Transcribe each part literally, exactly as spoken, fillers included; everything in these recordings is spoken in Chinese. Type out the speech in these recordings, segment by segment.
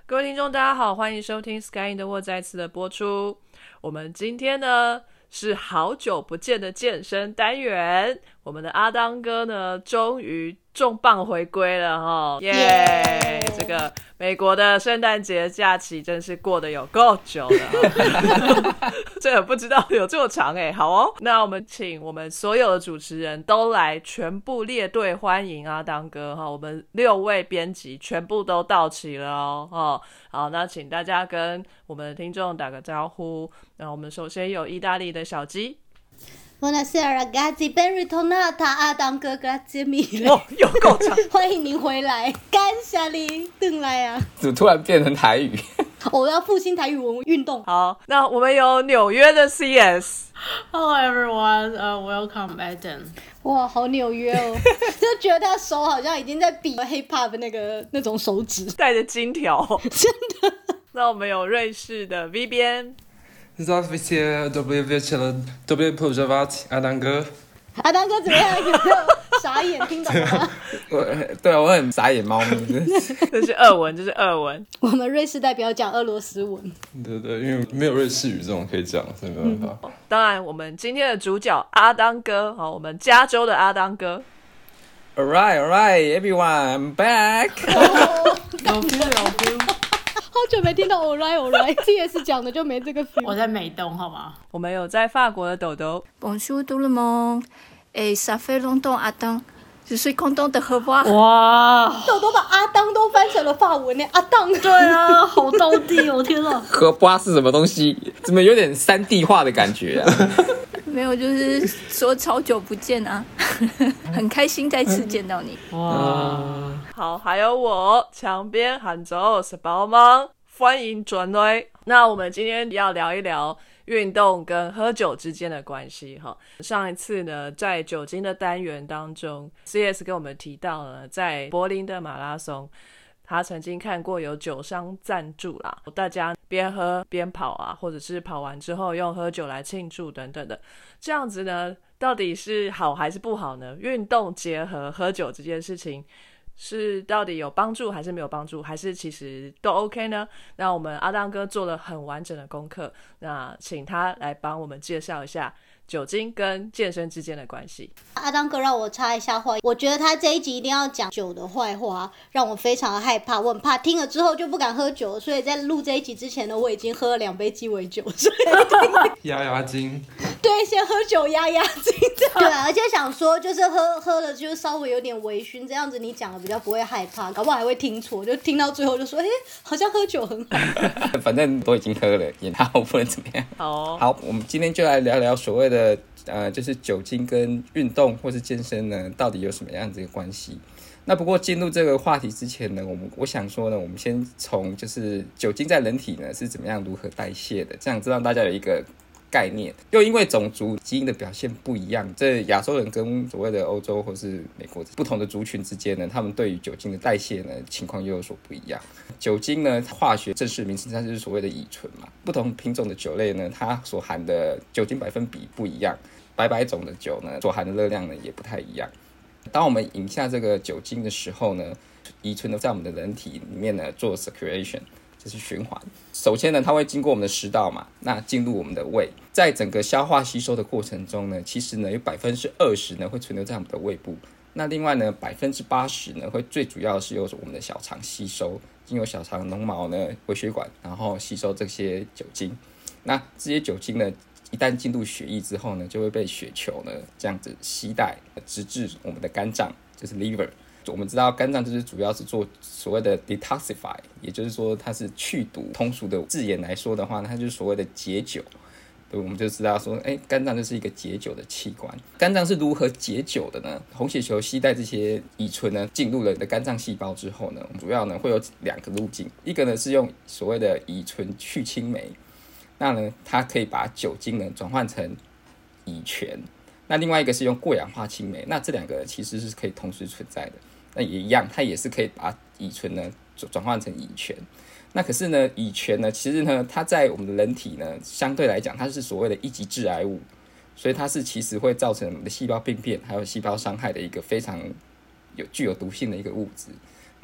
各位听众大家好，欢迎收听 Sky in the World 再次的播出。我们今天呢是好久不见的健身单元，我们的阿当哥呢终于重磅回归了齁，耶、yeah! yeah! 这个美国的圣诞节假期真是过得有够久了这个不知道有这么长耶。好哦，那我们请我们所有的主持人都来全部列队欢迎阿当哥齁，我们六位编辑全部都到齐了哦齁。好，那请大家跟我们的听众打个招呼。那我们首先有意大利的小鸡。 Buonasera ragazzi, ben ritornata 阿当哥 grazie mille。 哦，有够长欢迎您回来，感谢你回来啊！ 怎么突然变成台语？ 我要复兴台语文运动。 好，那我们有纽约的 C S。Hello everyone, uh, welcome Adam。 哇，好纽约哦！就觉得他手好像已经在比 hip hop 的那个那种手指， 带着金条， 真的。 那我们有瑞士的 V 边。 Здравствуйте, добрый вечер, добрый пожаловать, 阿当哥。 阿当哥怎么样？有没有傻眼？听懂吗？ 对啊，我很傻眼猫咪。 这是俄文，这是俄文。 我们瑞士代表讲俄罗斯文。 对对，因为没有瑞士语这种可以讲，所以没办法、 嗯。当然，我们今天的主角阿当哥，好，我们加州的阿当哥。 All right, all right, everyone, I'm back. 有 feel 有 feel。 好久没听到 alright alright C S 讲的就没这个 feel。 我在美东好吗？ 我们有在法国的豆豆。 Bonjour tout le monde, et ça fait longtemps attend, je suis content de revoir。 哇， 豆豆把阿当都翻成了法文耶，阿当。 对啊，好道地哦，天啊。 荷花是什么东西？怎么有点山地化的感觉啊？ 没有，就是说超久不见啊很开心再次见到你。 哇， 好，还有我墙边喊走是包吗？欢迎转来。那我们今天要聊一聊运动跟喝酒之间的关系哈。上一次呢，在酒精的单元当中 C S 跟我们提到了在柏林的马拉松，他曾经看过有酒商赞助啦，大家边喝边跑啊，或者是跑完之后用喝酒来庆祝等等的。这样子呢，到底是好还是不好呢？运动结合喝酒这件事情是到底有帮助还是没有帮助，还是其实都 OK 呢？那我们阿当哥做了很完整的功课，那请他来帮我们介绍一下酒精跟健身之间的关系。 阿当哥让我插一下话，我觉得他这一集一定要讲酒的坏话，让我非常的害怕，我很怕听了之后就不敢喝酒，所以在录这一集之前呢，我已经喝了两杯鸡尾酒，所以压压惊。 对，先喝酒压压惊。对啊，而且想说就是喝喝了就稍微有点微醺，这样子你讲的比较不会害怕，搞不好还会听错，就听到最后就说哎、欸，好像喝酒很好反正都已经喝了，也好不能怎么样。 好、哦、 好，我们今天就来聊聊所谓的呃，就是酒精跟运动或是健身呢，到底有什么样子的关系？那不过进入这个话题之前呢，我们我想说呢，我们先从就是酒精在人体呢是怎么样如何代谢的，这样子让大家有一个概念。又因为种族基因的表现不一样，这亚洲人跟所谓的欧洲或是美国不同的族群之间呢，他们对于酒精的代谢呢情况又有所不一样。酒精呢，化学正式名称它就是所谓的乙醇嘛。不同品种的酒类呢，它所含的酒精百分比不一样，百百种的酒呢，所含的热量呢也不太一样。当我们饮下这个酒精的时候呢，乙醇呢在我们的人体里面呢做 circulation， 就是循环。首先呢，它会经过我们的食道嘛，那进入我们的胃，在整个消化吸收的过程中呢，其实呢有百分之二十呢会存留在我们的胃部。那另外呢，百分之八十呢会最主要是由我们的小肠吸收，经由小肠绒毛呢微血管，然后吸收这些酒精。那这些酒精呢，一旦进入血液之后呢，就会被血球呢这样子携带，直至我们的肝脏，就是 liver。我们知道肝脏就是主要是做所谓的 detoxify， 也就是说它是去毒。通俗的字眼来说的话，它就是所谓的解酒。对，我们就知道说，哎，肝脏就是一个解酒的器官。肝脏是如何解酒的呢？红血球携带这些乙醇呢，进入了你的肝脏细胞之后呢，主要呢会有两个路径，一个呢是用所谓的乙醇去氢酶，那呢它可以把酒精呢转换成乙醛。那另外一个是用过氧化氢酶，那这两个其实是可以同时存在的。那也一样，它也是可以把乙醇呢转换成乙醛。那可是呢，乙醛呢，其实呢，它在我们的人体呢，相对来讲，它是所谓的一级致癌物，所以它是其实会造成我们的细胞病变，还有细胞伤害的一个非常有具有毒性的一个物质。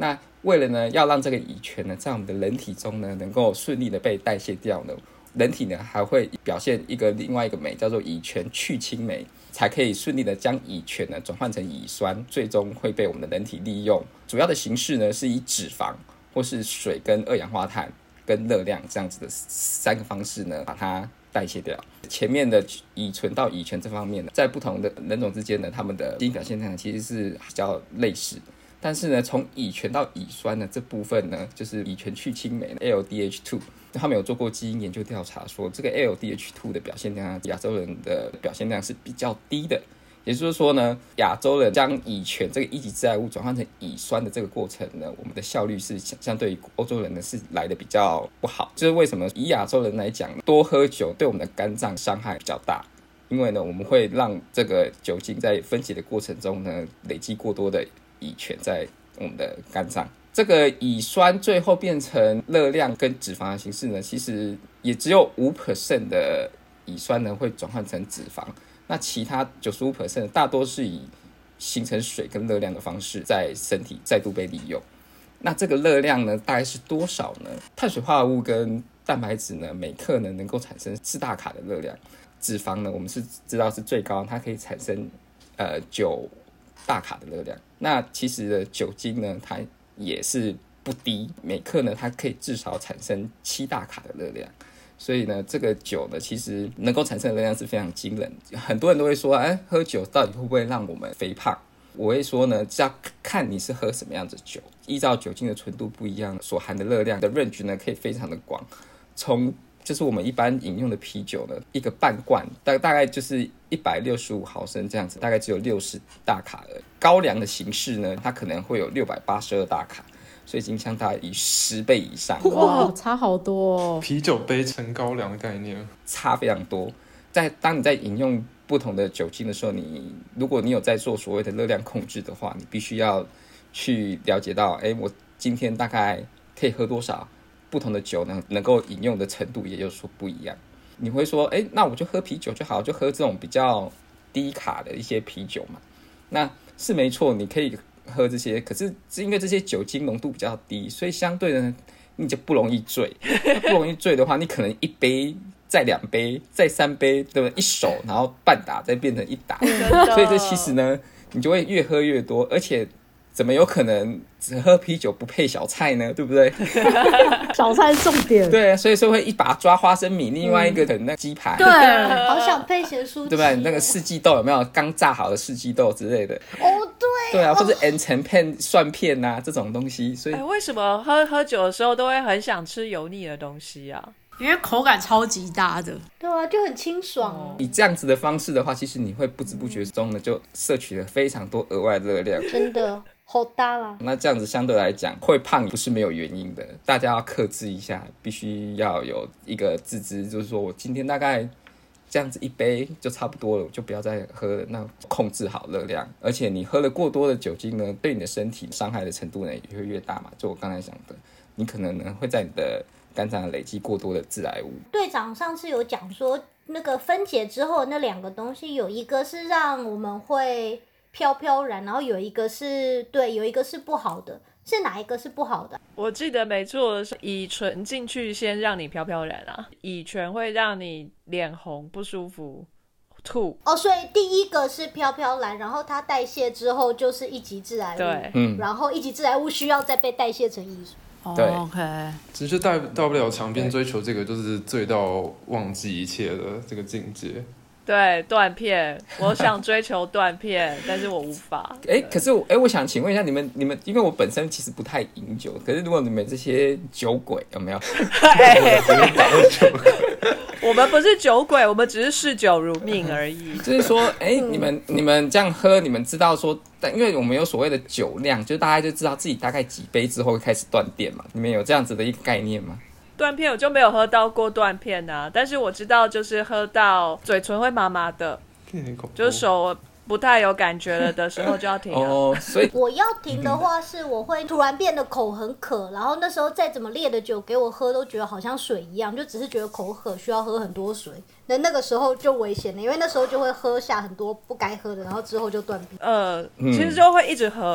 那为了呢要让这个乙醛呢在我们的人体中呢能够顺利的被代谢掉呢，人体呢还会表现一个另外一个酶叫做乙醛去氢酶，才可以顺利的将乙醛呢转换成乙酸，最终会被我们的人体利用。主要的形式呢是以脂肪或是水跟二氧化碳跟热量这样子的三个方式呢把它代谢掉。前面的乙醇到乙醛这方面呢，在不同的人种之间呢，他们的基因表现上其实是比较类似。但是呢，从乙醛到乙酸呢这部分呢，就是乙醛去氢酶 L D H 二， 他们有做过基因研究调查，说这个 L D H 二 的表现量，亚洲人的表现量是比较低的。也就是说呢，亚洲人将乙醛这个一级致癌物转换成乙酸的这个过程呢，我们的效率是相对于欧洲人呢是来的比较不好。就是为什么以亚洲人来讲，多喝酒对我们的肝脏伤害比较大，因为呢，我们会让这个酒精在分解的过程中呢，累积过多的乙醛在我们的肝脏。这个乙酸最后变成热量跟脂肪的形式呢，其实也只有 百分之五 的乙酸呢会转换成脂肪。那其他 百分之九十五 大多是以形成水跟热量的方式在身体再度被利用。那这个热量呢大概是多少呢？碳水化合物跟蛋白质呢每克呢能够产生四大卡的热量，脂肪呢我们是知道是最高，它可以产生呃九大卡的热量。那其实呢酒精呢它也是不低，每克呢它可以至少产生七大卡的热量。所以呢，这个酒呢，其实能够产生的热量是非常惊人。很多人都会说，哎，喝酒到底会不会让我们肥胖？我会说呢，这要看你是喝什么样的酒，依照酒精的纯度不一样，所含的热量的 range 呢，可以非常的广。从就是我们一般饮用的啤酒呢，一个半罐大大概就是一百六十五毫升这样子，大概只有六十大卡而已。高粱的形式呢，它可能会有六百八十二大卡。所以已经相当于十倍以上， 哇，差好多哦！ 啤酒杯盛高粱的概念， 差非常多。在当你在饮用不同的酒精的时候，你如果你有在做所谓的热量控制的话，你必须要去了解到，哎，我今天大概可以喝多少？不同的酒呢，能够饮用的程度也有所不一样。你会说，哎，那我就喝啤酒就好，就喝这种比较低卡的一些啤酒嘛？那是没错，你可以喝这些，可是因为这些酒精浓度比较低，所以相对的呢，你就不容易醉。不容易醉的话，你可能一杯再两杯再三杯，对不对？一手然后半打再变成一打，所以这其实呢，你就会越喝越多，而且怎么有可能只喝啤酒不配小菜呢？对不对？ 小菜是重点。 对，所以说会一把抓花生米，另外一个等那鸡排， 对， 好想配咸酥鸡， 对不对？那个四季豆有没有刚炸好的四季豆之类的？ 哦，对， 对啊，或者 N 层片蒜片啊这种东西，所以、 哎、为什么喝喝酒的时候都会很想吃油腻的东西啊？ 因为口感超级大的。 对啊，就很清爽哦。 以这样子的方式的话，其实你会不知不觉中呢就摄取了非常多额外的热量， 真的好大啦。 那这样子相对来讲会胖不是没有原因的，大家要克制一下，必须要有一个自知，就是说我今天大概这样子一杯就差不多了，我就不要再喝了，那控制好热量。而且你喝了过多的酒精呢，对你的身体伤害的程度呢也会越大嘛，就我刚才讲的，你可能呢会在你的肝脏累积过多的致癌物。 队长上次有讲说，那个分解之后那两个东西，有一个是让我们会飘飘然，然后有一个是对，有一个是不好的，是哪一个是不好的？ 我记得没错，是乙醇进去先让你飘飘然啊，乙醛会让你脸红不舒服吐。 哦，所以第一个是飘飘然，然后它代谢之后就是一级致癌物， 对， 嗯， 然后一级致癌物需要再被代谢成乙醇。 对、 哦、OK， 只是大大不了场边追求这个，就是醉到忘记一切的这个境界。 对，断片，我想追求断片，但是我无法。 哎，可是我哎，我想请问一下你们，你们因为我本身其实不太饮酒，可是如果你们这些酒鬼有没有？ 我们不是酒鬼，我们只是嗜酒如命而已。 就是说，哎，你们你们这样喝，你们知道说，但因为我们有所谓的酒量，就大家就知道自己大概几杯之后会开始断电嘛。你们有这样子的一个概念吗？ 断片我就没有喝到过断片啊，但是我知道就是喝到嘴唇会麻麻的，就是手不太有感觉了的时候就要停了。 哦，所以我要停的话是我会突然变得口很渴，然后那时候再怎么烈的酒给我喝都觉得好像水一样，就只是觉得口渴需要喝很多水，那那个时候就危险了，因为那时候就会喝下很多不该喝的，然后之后就断片。 呃，其实就会一直喝。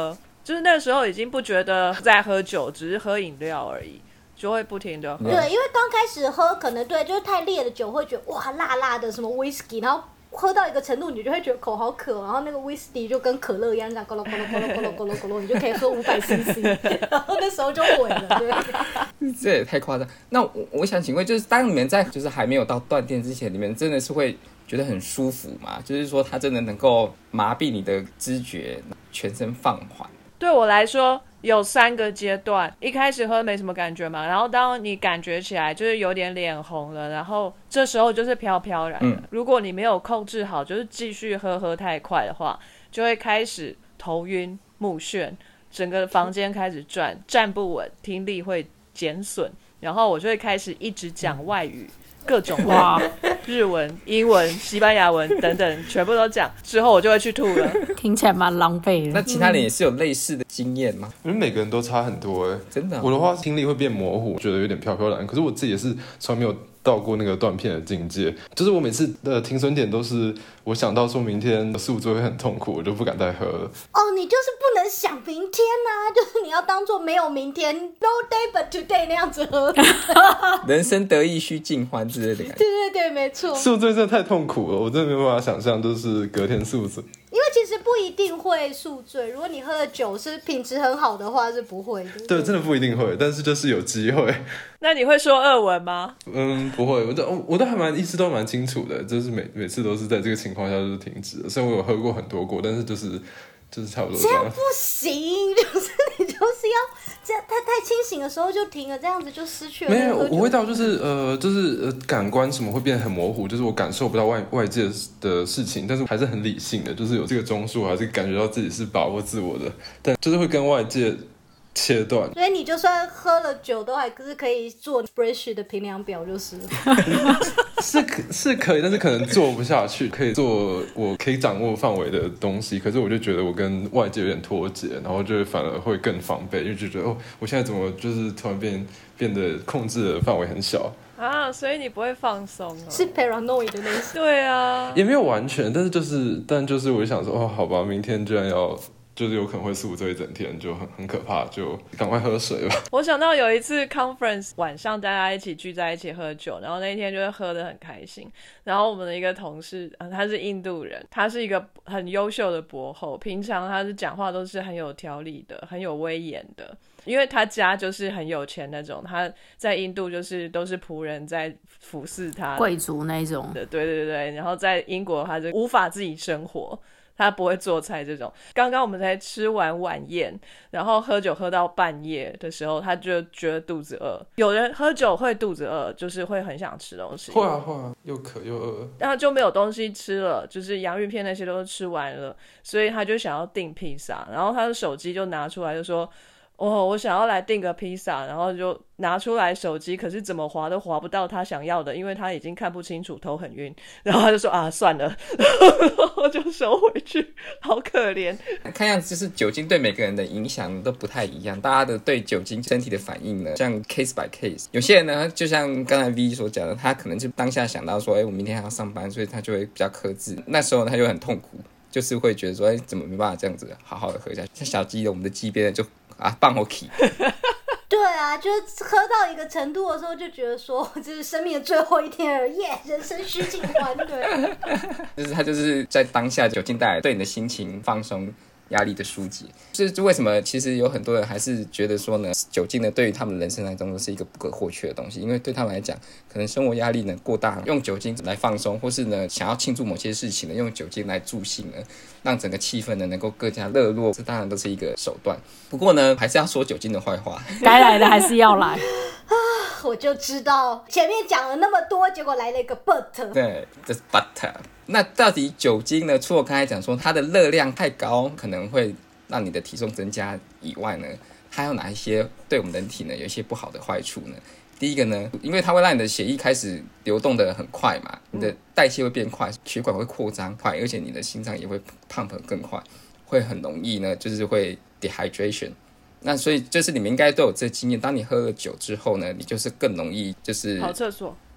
就是那个时候已经不觉得在喝酒，只是喝饮料而已，就会不停的喝。 对，因为刚开始喝可能对，就是太烈的酒会觉得哇辣辣的什么 whisky， 然后喝到一个程度，你就会觉得口好渴，然后那个 whisky 就跟可乐一样，这样咕噜咕噜咕噜咕噜咕噜咕噜，你就可以喝五百 C C， 然后那时候就毁了，对。 这也太夸张。那我我想请问，就是当你们在就是还没有到断电之前，你们真的是会觉得很舒服吗？就是说它真的能够麻痹你的知觉，全身放缓？ 对我来说有三个阶段，一开始喝没什么感觉嘛，然后当你感觉起来就是有点脸红了，然后这时候就是飘飘然了、嗯、如果你没有控制好，就是继续喝喝太快的话，就会开始头晕目眩，整个房间开始转，站不稳，听力会减损，然后我就会开始一直讲外语，各种外语，日文、英文、西班牙文等等，全部都讲。之后我就会去吐了。 听起来蛮狼狈的。 那其他人也是有类似的经验吗？ 我觉得每个人都差很多哎、欸， 真的、啊。 我的话听力会变模糊，觉得有点飘飘然。可是我自己也是从来没有到过那个断片的境界，就是我每次的停损点都是我想到说明天宿醉会很痛苦，我就不敢再喝了。 哦，你就是不能想明天啊，就是你要当做没有明天 ，no day but today 那样子喝。 人生得意须尽欢之类的感觉。 对对对，没错。 宿醉真的太痛苦了，我真的没有办法想象，就是隔天宿醉。 因为其实不一定会宿醉，如果你喝的酒是品质很好的话，是不会的。 对，真的不一定会，但是就是有机会。 那你会说俄文吗？ 嗯，不会，我都我都还蛮意识都蛮清楚的，就是每每次都是在这个情况下就是停止的。虽然我有喝过很多过，但是就是就是差不多这样。 这样不行，就是你就是要这样，太太清醒的时候就停了，这样子就失去了那个喝酒。 没有，我会到就是呃，就是呃，感官什么会变得很模糊，就是我感受不到外外界的事情，但是还是很理性的，就是有这个中枢，还是感觉到自己是把握自我的，但就是会跟外界切断。 所以你就算喝了酒，都还是可以做 spreadsheet 的评量表，就是是可是可以，但是可能做不下去。可以做我可以掌握范围的东西，可是我就觉得我跟外界有点脱节，然后就反而会更防备，因为就觉得哦，我现在怎么就是突然变变得控制的范围很小啊，所以你不会放松哦？ 是 paranoid 的类型。 对啊， 也没有完全，但是就是但就是我就想说哦，好吧，明天居然要。就是有可能会宿醉一整天，就很很可怕，就赶快喝水吧。 我想到有一次 conference 晚上大家一起聚在一起喝酒，然后那一天就是喝得很开心。然后我们的一个同事，呃、他是印度人，他是一个很优秀的博后，平常他是讲话都是很有条理的，很有威严的。因为他家就是很有钱那种，他在印度就是都是仆人在服侍他， 贵族那种的，对对对。然后在英国他就无法自己生活。他不会做菜这种。刚刚我们才吃完晚宴，然后喝酒喝到半夜的时候，他就觉得肚子饿。有人喝酒会肚子饿，就是会很想吃东西。 会啊会啊，又渴又饿。 然后就没有东西吃了，就是洋芋片那些都吃完了，所以他就想要订披萨。然后他的手机就拿出来就说：“哦，我想要来订个披萨。”然后就拿出来手机，可是怎么滑都滑不到他想要的，因为他已经看不清楚，头很晕。然后他就说啊，算了，然后就收回去，好可怜。 看样子就是酒精对每个人的影响都不太一样，大家的对酒精身体的反应呢，像 case by case。有些人呢，就像刚才 V 所讲的，他可能就当下想到说，哎，我明天还要上班，所以他就会比较克制。那时候呢，他就很痛苦，就是会觉得说，哎，怎么没办法这样子好好的喝下去？像小鸡的，我们的鸡边就啊放火起。 对啊，就是喝到一个程度的时候，就觉得说这是生命的最后一天了，耶、yeah, 人生须尽欢。对， 就是他就是在当下酒精带来对你的心情放松、压力的疏解。就是为什么其实有很多人还是觉得说呢，酒精呢对于他们人生当中是一个不可或缺的东西，因为对他们来讲，可能生活压力呢过大，用酒精来放松，或是呢想要庆祝某些事情呢，用酒精来助兴呢，让整个气氛呢能够更加热络，这当然都是一个手段。不过呢，还是要说酒精的坏话， 该来的还是要来。 我就知道前面讲了那么多，结果来了一个 but。 对，这是 but。那到底酒精呢？除了我刚才讲说它的热量太高，可能会让你的体重增加以外呢，它有哪一些对我们人体呢有一些不好的坏处呢？第一个呢，因为它会让你的血液开始流动的很快嘛，你的代谢会变快，血管会扩张快，而且你的心脏也会 pump 更快，会很容易呢，就是会 dehydration。那所以就是你们应该都有这经验，当你喝了酒之后呢，你就是更容易就是跑厕所。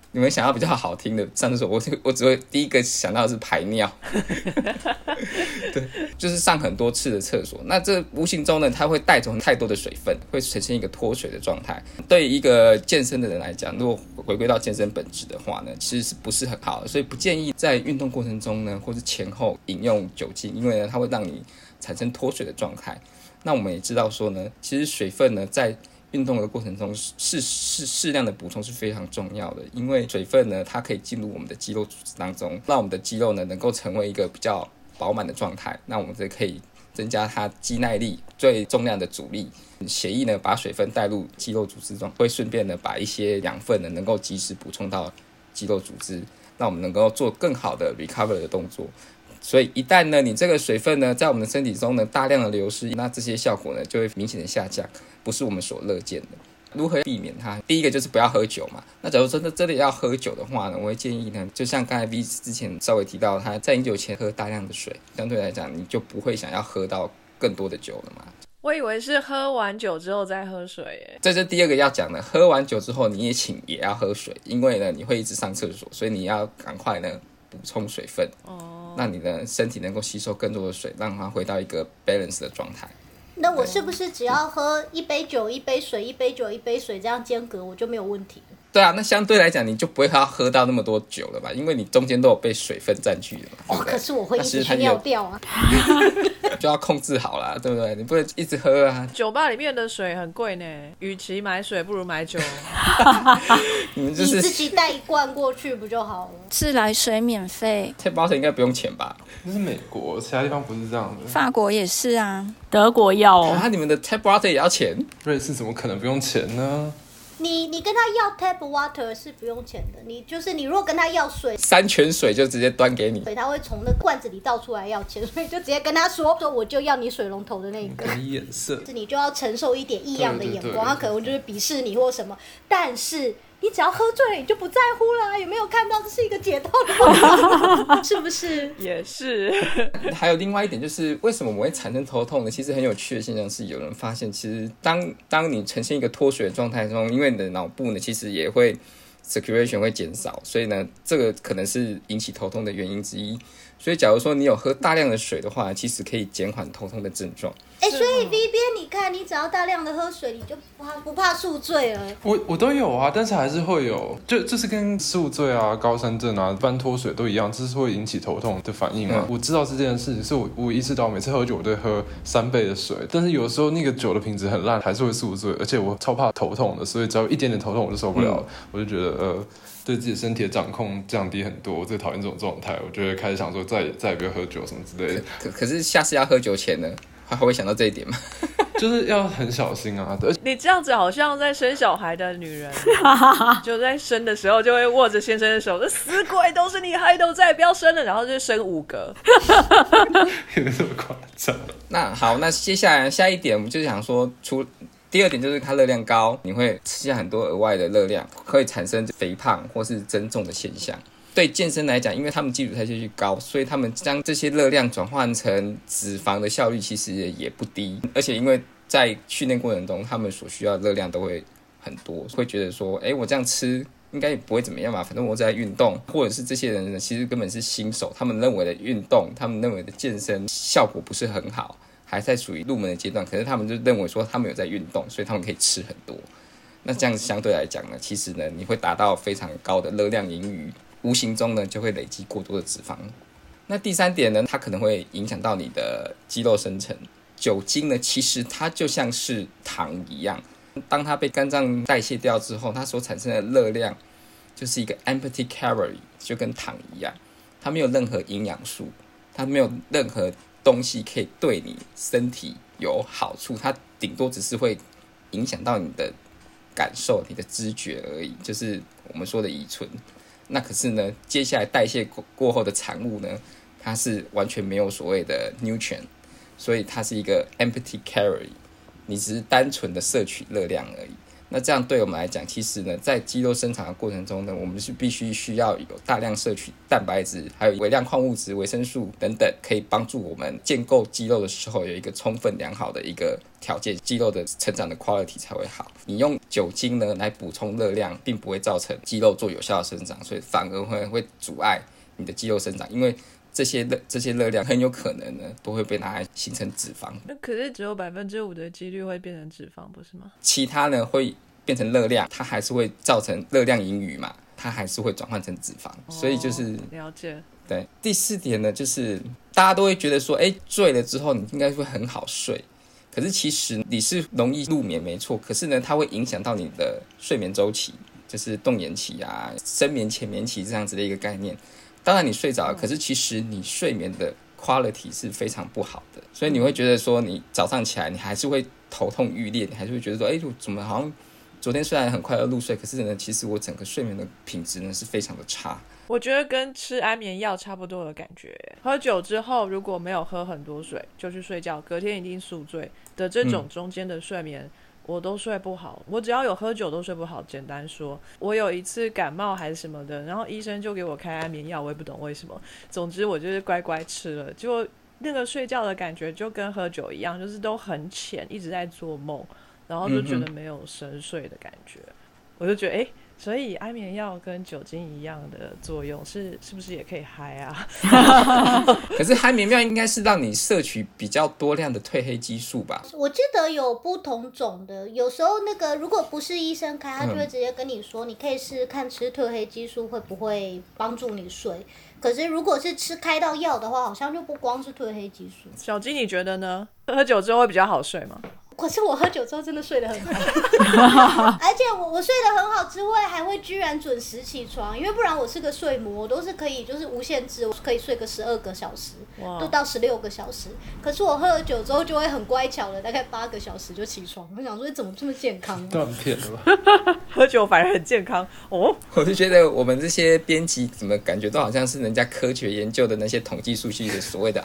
你们想要比较好听的上厕所，我我只会第一个想到的是排尿，对，就是上很多次的厕所。那这无形中呢，它会带走太多的水分，会呈现一个脱水的状态。对于一个健身的人来讲，如果回归到健身本质的话呢，其实是不是很好的？所以不建议在运动过程中呢，或是前后饮用酒精，因为呢，它会让你产生脱水的状态。那我们也知道说呢，其实水分呢，在运动的过程中适适适量的补充是非常重要的，因为水分呢，它可以进入我们的肌肉组织当中，让我们的肌肉呢能够成为一个比较饱满的状态。那我们就可以增加它肌耐力、最重量的阻力。血液呢把水分带入肌肉组织中，会顺便呢把一些养分呢能够及时补充到肌肉组织，让我们能够做更好的 recover 的动作。所以一旦呢你这个水分呢在我们的身体中呢大量的流失，那这些效果呢就会明显的下降，不是我们所乐见的。如何避免它？第一个就是不要喝酒嘛。那假如真的真的要喝酒的话呢，我会建议呢，就像刚才 V 之前稍微提到，他在饮酒前喝大量的水，相对来讲你就不会想要喝到更多的酒了嘛。 我以为是喝完酒之后再喝水耶。 这是第二个要讲的，喝完酒之后你也请也要喝水，因为呢你会一直上厕所，所以你要赶快呢补充水分，哦，让你的身体能够吸收更多的水，让它回到一个 balance 的状态。 那我是不是只要喝一杯酒一杯水一杯酒一杯水这样间隔我就没有问题了？ 对啊，那相对来讲你就不会要喝到那么多酒了吧，因为你中间都有被水分占据了嘛。 哦，可是我会一直去尿掉啊， 就要控制好啦，对不对？你不能一直喝啊。 酒吧里面的水很贵呢，与其买水不如买酒。 你们就是、 你自己带一罐过去不就好了？ 自来水免费。 tap water 应该不用钱吧？ 那是美国，其他地方不是这样的。 法国也是啊， 德国要哦。 啊，你们的 tap water 也要钱？ 瑞士怎么可能不用钱呢？ 你你跟他要 tap water 是不用钱的，你就是你如果跟他要水， 山泉水就直接端给你， 水他会从那罐子里倒出来要钱，所以就直接跟他说说我就要你水龙头的那个， 给你眼色， 你就要承受一点异样的眼光， 对对对对他可能就是鄙视你或什么，但是你只要喝醉了，你就不在乎了，有没有看到这是一个解套的方法？是不是？ 也是。 还有另外一点就是，为什么我们会产生头痛呢？其实很有趣的现象是，有人发现，其实当当你呈现一个脱水的状态中，因为你的脑部呢，其实也会 circulation 会减少，所以呢，这个可能是引起头痛的原因之一。所以，假如说你有喝大量的水的话，其实可以减缓头痛的症状。 哎、欸，所以 V 边，你看，你只要大量的喝水，你就不怕不怕宿醉了。 我我都有啊，但是还是会有，就就是跟宿醉啊、高山症啊、一般脱水都一样，这是会引起头痛的反应嘛。嗯、我知道是这件事情，是我我意识到，每次喝酒我都会喝三倍的水，但是有时候那个酒的品质很烂，还是会宿醉，而且我超怕头痛的，所以只要一点点头痛我就受不了了，嗯、我就觉得呃。对自己身体的掌控降低很多，我最讨厌这种状态。我就会开始想说再也再也不要喝酒什么之类的。 可可是下次要喝酒前呢，还会想到这一点吗？ 就是要很小心啊。 你这样子好像在生小孩的女人，就在生的时候就会握着先生的手，这死鬼都是你害的，我再也不要生了，然后就生五个。 有这么夸张？ 那好，那接下来下一点，我们就想说除。第二点就是它热量高，你会吃下很多额外的热量，会产生肥胖或是增重的现象。对健身来讲，因为他们基础代谢率高，所以他们将这些热量转换成脂肪的效率其实也不低。而且因为在训练过程中，他们所需要的热量都会很多，会觉得说，哎，我这样吃应该也不会怎么样嘛，反正我在运动。或者是这些人呢，其实根本是新手，他们认为的运动，他们认为的健身效果不是很好。还在属于入门的阶段，可是他们就认为说他们有在运动，所以他们可以吃很多。那这样相对来讲呢，其实呢，你会达到非常高的热量盈余，无形中呢就会累积过多的脂肪。那第三点呢，它可能会影响到你的肌肉生成。酒精呢，其实它就像是糖一样，当它被肝脏代谢掉之后，它所产生的热量就是一个 empty calorie， 就跟糖一样，它没有任何营养素，它没有任何东西可以对你身体有好处，它顶多只是会影响到你的感受、你的知觉而已，就是我们说的乙醇。那可是呢，接下来代谢过后的产物呢，它是完全没有所谓的 nutrient， 所以它是一个 empty calorie， 你只是单纯的摄取热量而已。 那这样对我们来讲，其实呢，在肌肉生长的过程中呢，我们是必须需要有大量摄取蛋白质，还有微量矿物质、维生素等等，可以帮助我们建构肌肉的时候有一个充分良好的一个条件，肌肉的成长的 quality 才会好。你用酒精呢来补充热量，并不会造成肌肉做有效的生长，所以反而会会阻碍你的肌肉生长，因为这些热这些热量很有可能呢都会被拿来形成脂肪。 那可是只有百分之五的几率会变成脂肪，不是吗？ 其他呢会变成热量，它还是会造成热量盈余嘛，它还是会转换成脂肪， 哦、 所以就是了解。 对。第四点呢，就是大家都会觉得说，哎，醉了之后你应该会很好睡，可是其实你是容易入眠没错，可是呢，它会影响到你的睡眠周期，就是动眼期啊、深眠、浅眠期这样子的一个概念。当然你睡着了，可是其实你睡眠的 quality 是非常不好的，所以你会觉得说，你早上起来你还是会头痛欲裂，你还是会觉得说，哎，我怎么好像昨天虽然很快乐入睡，可是呢，其实我整个睡眠的品质呢是非常的差。 我觉得跟吃安眠药差不多的感觉。喝酒之后如果没有喝很多水就去睡觉，隔天一定宿醉的这种中间的睡眠、嗯我都睡不好，我只要有喝酒都睡不好。简单说，我有一次感冒还是什么的，然后医生就给我开安眠药，我也不懂为什么。总之我就是乖乖吃了，结果那个睡觉的感觉就跟喝酒一样，就是都很浅，一直在做梦，然后就觉得没有深睡的感觉。嗯、我就觉得，哎，所以安眠药跟酒精一样的作用，是是不是也可以嗨啊？ 可是安眠药应该是让你摄取比较多量的褪黑激素吧？ 我记得有不同种的，有时候那个如果不是医生开，他就会直接跟你说，嗯、你可以试试看吃褪黑激素会不会帮助你睡。可是如果是吃开到药的话，好像就不光是褪黑激素。 小鸡你觉得呢？喝酒之后会比较好睡吗？ 可是我喝酒之后真的睡得很好，而且我我睡得很好之外，还会居然准时起床，因为不然我是个睡魔，我都是可以就是无限制，我可以睡个十二个小时，都到十六个小时。可是我喝了酒之后就会很乖巧的，大概八个小时就起床。我想说，怎么这么健康、啊？ 断片了吧？ 喝酒反而很健康哦。 我就觉得我们这些编辑怎么感觉都好像是人家科学研究的那些统计数据的所谓的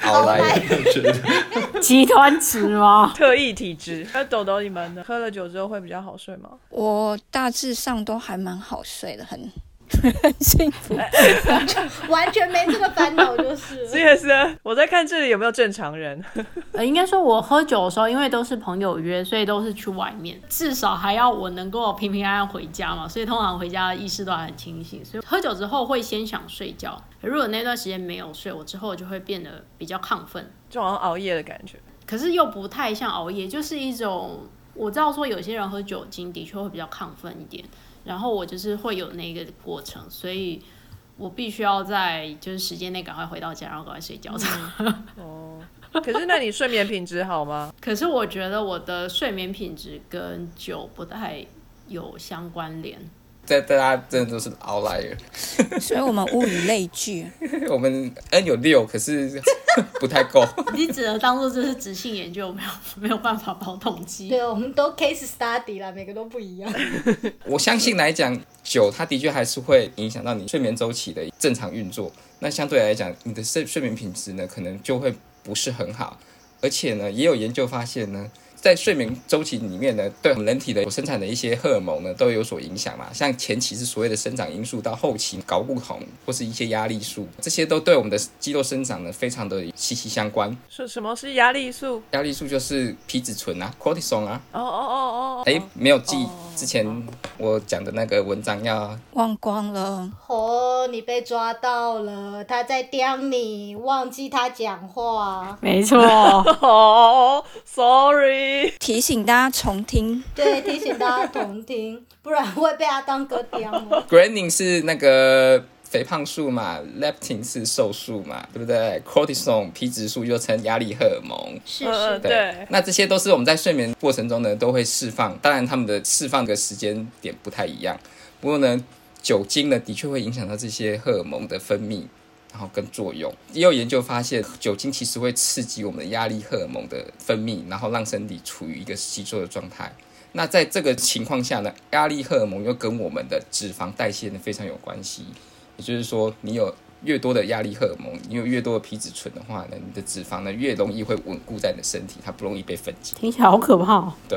outlier， 集团值吗？ 特异体质。那豆豆你们呢？喝了酒之后会比较好睡吗？ 我大致上都还蛮好睡的，很很幸福， 完全没这个烦恼就是了。 是也是啊，我在看这里有没有正常人。 呃，应该说我喝酒的时候，因为都是朋友约，所以都是去外面，至少还要我能够平平安安回家嘛，所以通常回家的意识都还很清醒，所以喝酒之后会先想睡觉。如果那段时间没有睡，我之后就会变得比较亢奋， 就好像熬夜的感觉。 可是又不太像熬夜，就是一种我知道说有些人喝酒精的确会比较亢奋一点，然后我就是会有那个过程，所以我必须要在就是时间内赶快回到家，然后赶快睡觉。 嗯、哦，可是那你睡眠品质好吗？ 可是我觉得我的睡眠品质跟酒不太有相关联。 在大家真的都是 outlier， 所以我们物以类聚。 我们 N 有六，可是不太够。 你只能当做这是质性研究，没有没有办法跑统计。 对，我们都 case study 啦，每个都不一样。 我相信来讲，酒它的确还是会影响到你睡眠周期的正常运作。那相对来讲，你的睡睡眠品质呢，可能就会不是很好。而且呢，也有研究发现呢，在睡眠周期里面呢，对我们人体的生产的一些荷尔蒙呢，都有所影响嘛。像前期是所谓的生长因素，到后期睾固酮或是一些压力素，这些都对我们的肌肉生长呢非常的息息相关。 是什么是压力素？ 压力素就是皮质醇啊 ，cortisol 啊。 哦哦哦哦。 哎，没有记之前我讲的那个文章要忘光了。 哦，你被抓到了，他在刁你，忘记他讲话。 没错。 哦 ，sorry。 提醒大家重听。 对，提醒大家重听，不然会被他当哥刁了。 Granin 是那个肥胖素嘛 ，leptin 是瘦素嘛，对不对 ？cortisol 皮质素又称压力荷尔蒙。 是是、 呃，对。 那这些都是我们在睡眠过程中呢都会释放，当然他们的释放的时间点不太一样。不过呢，酒精呢的确会影响到这些荷尔蒙的分泌。然后跟作用，也有研究发现，酒精其实会刺激我们的压力荷尔蒙的分泌，然后让身体处于一个吸收的状态。那在这个情况下呢，压力荷尔蒙又跟我们的脂肪代谢呢非常有关系。也就是说，你有越多的压力荷尔蒙，你有越多的皮质醇的话呢，你的脂肪呢越容易会稳固在你的身体，它不容易被分解。 听起来好可怕哦。 对。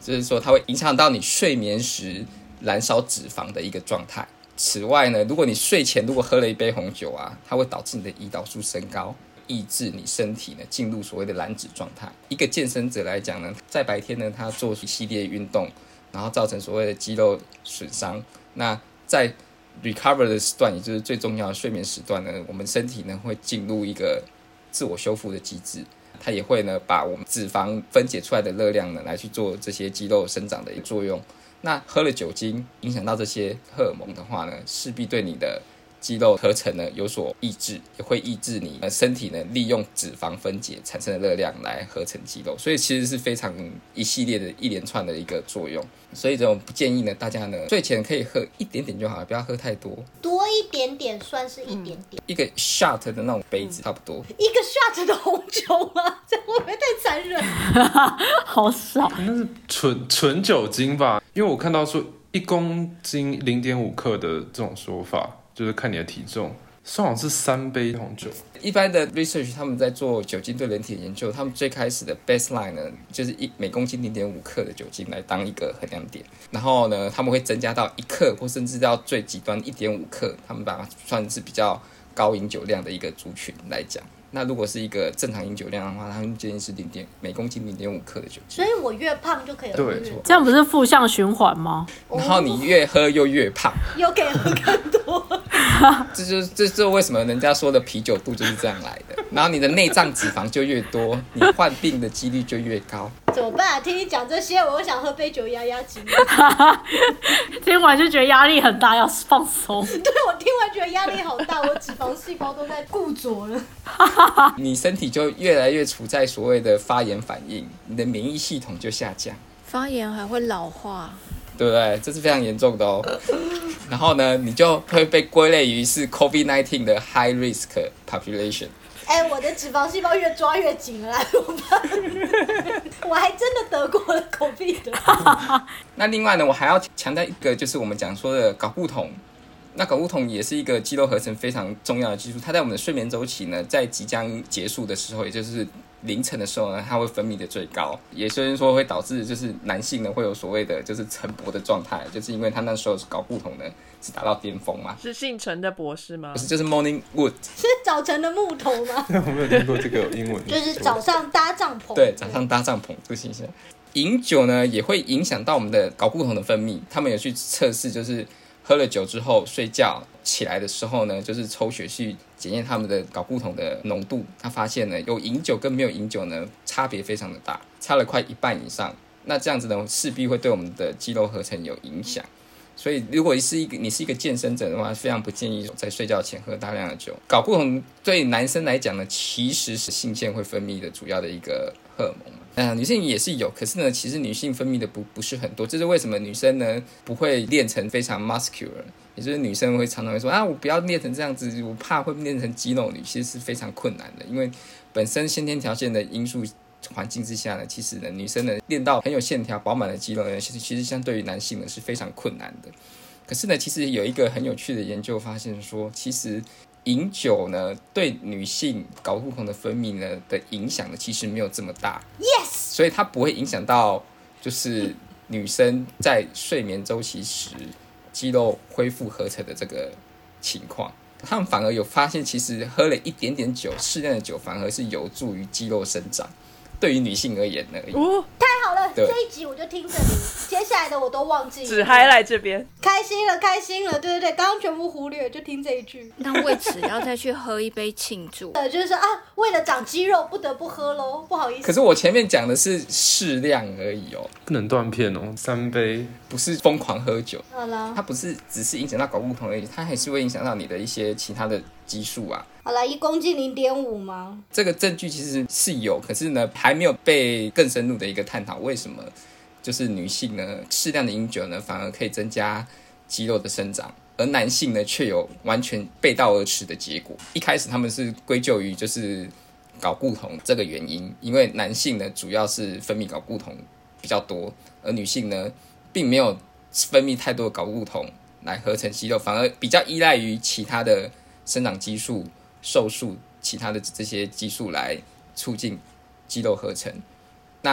就是说它会影响到你睡眠时燃烧脂肪的一个状态。此外呢，如果你睡前如果喝了一杯红酒啊，它会导致你的胰岛素升高，抑制你身体呢进入所谓的燃脂状态。一个健身者来讲呢，在白天呢他做一系列运动，然后造成所谓的肌肉损伤，那在 recover 的时段，也就是最重要的睡眠时段呢，我们身体呢会进入一个自我修复的机制，它也会呢把我们脂肪分解出来的热量呢来去做这些肌肉生长的一个作用。那喝了酒精影响到这些荷尔蒙的话呢，势必对你的肌肉合成呢有所抑制，也会抑制你身体呢利用脂肪分解产生的热量来合成肌肉，所以其实是非常一系列的一连串的一个作用。所以这种不建议呢，大家呢睡前可以喝一点点就好，不要喝太多， 多一点点算是一点点， 一个 shot 的那种杯子差不多。 一个 shot 的红酒吗？这会不会太残忍？ 好少， 那是纯纯酒精吧？因为我看到说一公斤零点五克的这种说法，就是看你的体重，算好像是三杯红酒。 一般的 research 他们在做酒精对人体的研究，他们最开始的 baseline 呢，就是一每公斤零点五克的酒精来当一个衡量点，然后呢，他们会增加到一克，或甚至到最极端一点五克，他们把它算是比较高饮酒量的一个族群来讲。那如果是一个正常饮酒量的话，他们建议是零点每公斤零点五克的酒精。 所以我越胖就可以喝越多， 这样不是负向循环吗？ 然后你越喝又越胖， 又可以喝更多。 这就是这就是为什么人家说的啤酒肚就是这样来的。然后你的内脏脂肪就越多，你患病的几率就越高。 怎么办啊？听你讲这些，我又想喝杯酒压压惊。 听完就觉得压力很大，要放松。 对，我听完觉得压力好大，我脂肪细胞都在固着了。 你身体就越来越处在所谓的发炎反应，你的免疫系统就下降， 发炎还会老化， 对不对？这是非常严重的哦。然后呢，你就会被归类于是 COVID 十九 的 high risk population。 哎、欸，我的脂肪细胞越抓越紧了啦，怎么办？我还真的得过了 COVID 的。 那另外呢，我还要强调一个，就是我们讲说的睾固酮。那睾固酮也是一个肌肉合成非常重要的技术，它在我们的睡眠周期呢，在即将结束的时候，也就是凌晨的时候呢，它会分泌的最高，也就是说会导致就是男性呢会有所谓的就是晨勃的状态，就是因为他那时候睾固酮呢是达到巅峰嘛。 是姓陈的博士吗？ 不是，就是 morning wood， 是早晨的木头吗？ 我没有听过这个英文， 就是早上搭帐篷。 对，早上搭帐篷这个现象。饮酒呢也会影响到我们的睾固酮的分泌，他们有去测试，就是喝了酒之后睡觉起来的时候呢，就是抽血去检验他们的睾固酮的浓度，他发现呢有饮酒跟没有饮酒呢差别非常的大，差了快一半以上。那这样子呢势必会对我们的肌肉合成有影响，所以如果是一个你是一个健身者的话，非常不建议在睡觉前喝大量的酒。睾固酮对男生来讲呢，其实是性腺会分泌的主要的一个荷尔蒙。呃，女性也是有，可是呢，其实女性分泌的不不是很多，这是为什么女生呢不会练成非常 muscular， 也就是女生会常常会说啊，我不要练成这样子，我怕会练成肌肉女，其实是非常困难的，因为本身先天条件的因素环境之下呢，其实呢，女生呢练到很有线条、饱满的肌肉呢，其实其实相对于男性呢是非常困难的。可是呢，其实有一个很有趣的研究发现说，其实饮酒呢对女性睾固酮的分泌呢的影响呢，其实没有这么大。 Yes， 所以它不会影响到就是女生在睡眠周期时肌肉恢复合成的这个情况。他们反而有发现，其实喝了一点点酒，适量的酒反而是有助于肌肉生长。对于女性而言而已。 哦， 太好了，这一集我就听这里，接下来的我都忘记了。 只highlight这边， 开心了，开心了，对对对，刚刚全部忽略，就听这一句。 那为此要再去喝一杯庆祝。 呃，就是说啊，为了长肌肉不得不喝咯，不好意思。 可是我前面讲的是适量而已哦， 不能断片哦，三杯不是疯狂喝酒。 好了， 它不是只是影响到睾固酮而已，它还是会影响到你的一些其他的激素啊。 好了，一公斤零点五吗？ 这个证据其实是有，可是呢，还没有被更深入的一个探讨，为什么就是女性呢适量的饮酒呢，反而可以增加肌肉的生长，而男性呢却有完全背道而驰的结果。一开始他们是归咎于就是睾固酮这个原因，因为男性呢主要是分泌睾固酮比较多，而女性呢并没有分泌太多的睾固酮来合成肌肉，反而比较依赖于其他的生长激素、瘦素、其他的这些激素来促进肌肉合成。那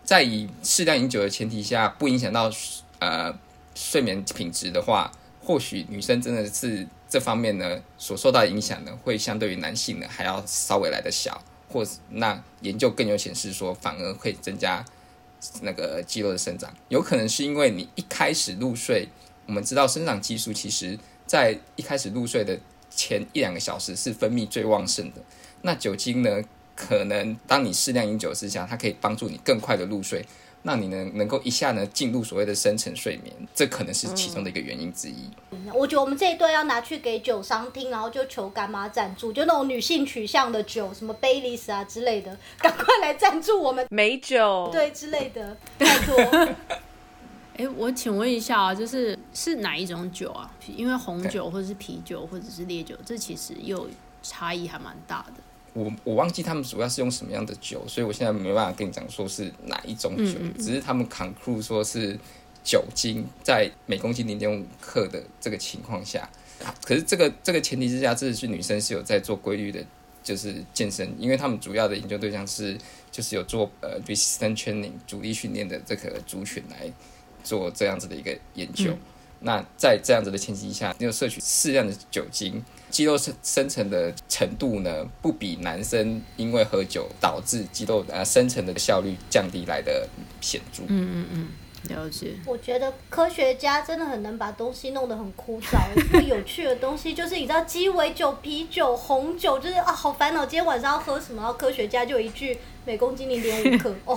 在以适量饮酒的前提下，不影响到呃睡眠品质的话，或许女生真的是这方面呢所受到的影响呢，会相对于男性呢还要稍微来得小，或那研究更有显示说，反而会增加那个肌肉的生长。有可能是因为你一开始入睡，我们知道生长激素其实在一开始入睡的前一两个小时是分泌最旺盛的，那酒精呢，可能当你适量饮酒之下，它可以帮助你更快的入睡，让你能能够一下呢进入所谓的深层睡眠，这可能是其中的一个原因之一。 嗯、我觉得我们这一段要拿去给酒商听，然后就求干妈赞助，就那种女性取向的酒，什么 Baileys 啊之类的，赶快来赞助我们美酒， 对之类的，拜托。 哎，我请问一下啊，就是是哪一种酒啊？因为红酒或者是啤酒或者是烈酒，这其实又差异还蛮大的。 我我忘记他们主要是用什么样的酒，所以我现在没办法跟你讲说是哪一种酒，嗯嗯嗯只是他们 conclude 说是酒精在每公斤零点五克的这个情况下，可是这个这个前提之下，这是女生是有在做规律的，就是健身，因为他们主要的研究对象是就是有做呃 resistance training 阻力训练的这个族群来做这样子的一个研究。嗯那在这样子的前提下，你有摄取适量的酒精，肌肉生成的程度呢，不比男生因为喝酒导致肌肉呃生成的效率降低来的显著。 嗯嗯嗯，了解。 我觉得科学家真的很能把东西弄得很枯燥。最有趣的东西就是你知道鸡尾酒、啤酒、红酒，就是啊好烦恼，今天晚上要喝什么？然后科学家就有一句每公斤零点五克哦。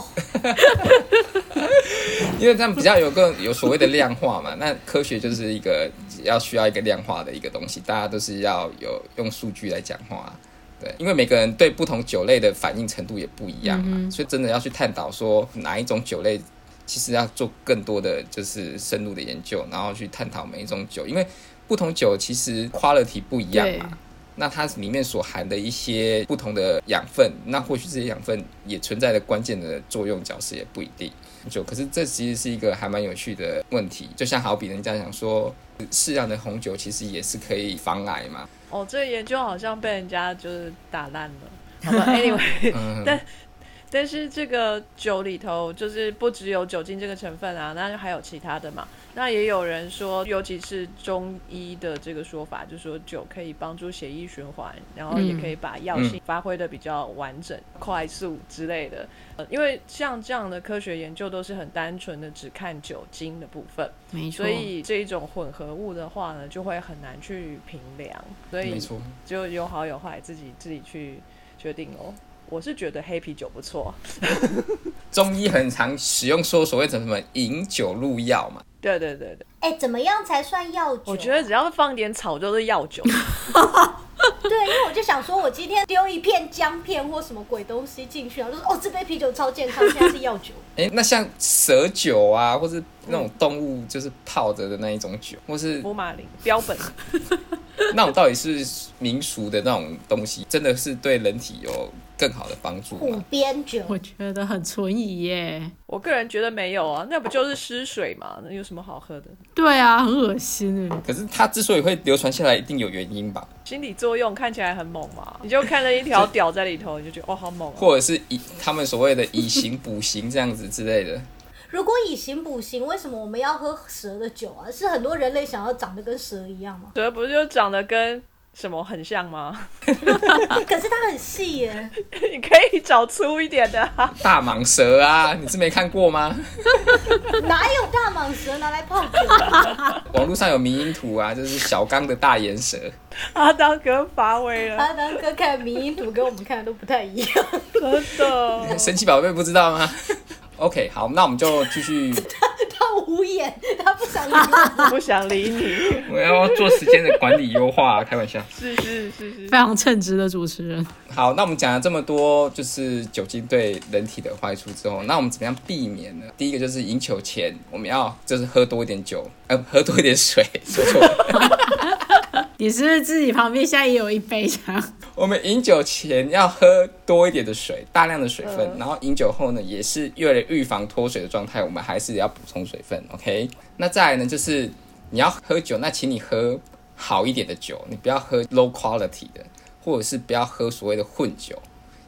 因为他们比较有个有所谓的量化嘛，那科学就是一个要需要一个量化的一个东西，大家都是要有用数据来讲话。对，因为每个人对不同酒类的反应程度也不一样嘛，嗯、所以真的要去探讨说哪一种酒类，其实要做更多的就是深入的研究，然后去探讨每一种酒，因为不同酒其实 quality 不一样嘛。那它里面所含的一些不同的养分，那或许这些养分也存在的关键的作用角色也不一定。就可是这其实是一个还蛮有趣的问题，就像好比人家讲说，适量的红酒其实也是可以防癌嘛。 哦，这个研究好像被人家就是打烂了。好吧 ，anyway，、嗯、但但是这个酒里头就是不只有酒精这个成分啊，那还有其他的嘛。那也有人说，尤其是中医的这个说法，就是说酒可以帮助血液循环，然后也可以把药性发挥的比较完整、嗯、快速之类的。呃，因为像这样的科学研究都是很单纯的只看酒精的部分， 没错。 所以这一种混合物的话呢，就会很难去评量，所以就有好有坏，自己自己去决定哦。我是觉得黑啤酒不错。 中医很常使用说所谓的什么饮酒入药嘛。 对对对对。 哎、欸，怎么样才算药酒？ 我觉得只要放点草就是药酒。 对，因为我就想说，我今天丢一片姜片或什么鬼东西进去，然后就说哦，这杯啤酒超健康，现在是药酒。 哎、欸，那像蛇酒啊，或是那种动物就是泡着的那一种酒，或是福马林标本。 那种到底是民俗的那种东西，真的是对人体有更好的帮助吗？ 虎鞭酒， 我觉得很存疑耶。 我个人觉得没有啊，那不就是湿水嘛，那有什么好喝的？ 对啊，很恶心耶。 可是它之所以会流传下来，一定有原因吧？ 心理作用看起来很猛嘛，你就看了一条屌在里头，你就觉得哦好猛、啊。 或者是以他们所谓的以形补形这样子之类的。 如果以形补形，为什么我们要喝蛇的酒啊？是很多人类想要长得跟蛇一样吗？ 蛇不是就长得跟什么很像吗？ 可是它很细耶。 你可以找粗一点的、啊。 大蟒蛇啊，你是没看过吗？ 哪有大蟒蛇拿来泡酒？ 网络上有迷因图啊，就是小刚的大眼蛇。 阿当哥发威了。 阿当哥看的迷因图跟我们看的都不太一样。 真的。 神奇宝贝不知道吗？OK， 好，那我们就继续。 他他无言，他不想理我， 不想理你。 我要做时间的管理优化、啊，开玩笑。 是是是是， 非常称职的主持人。 好，那我们讲了这么多，就是酒精对人体的坏处之后，那我们怎么样避免呢？第一个就是饮酒前，我们要就是喝多一点酒，呃，喝多一点水，说错了。 你是不是自己旁边现在也有一杯这样？ 我们饮酒前要喝多一点的水，大量的水分， 嗯、 然后饮酒后呢，也是为了预防脱水的状态，我们还是要补充水分 ，OK？ 那再来呢，就是你要喝酒，那请你喝好一点的酒，你不要喝 low quality 的，或者是不要喝所谓的混酒，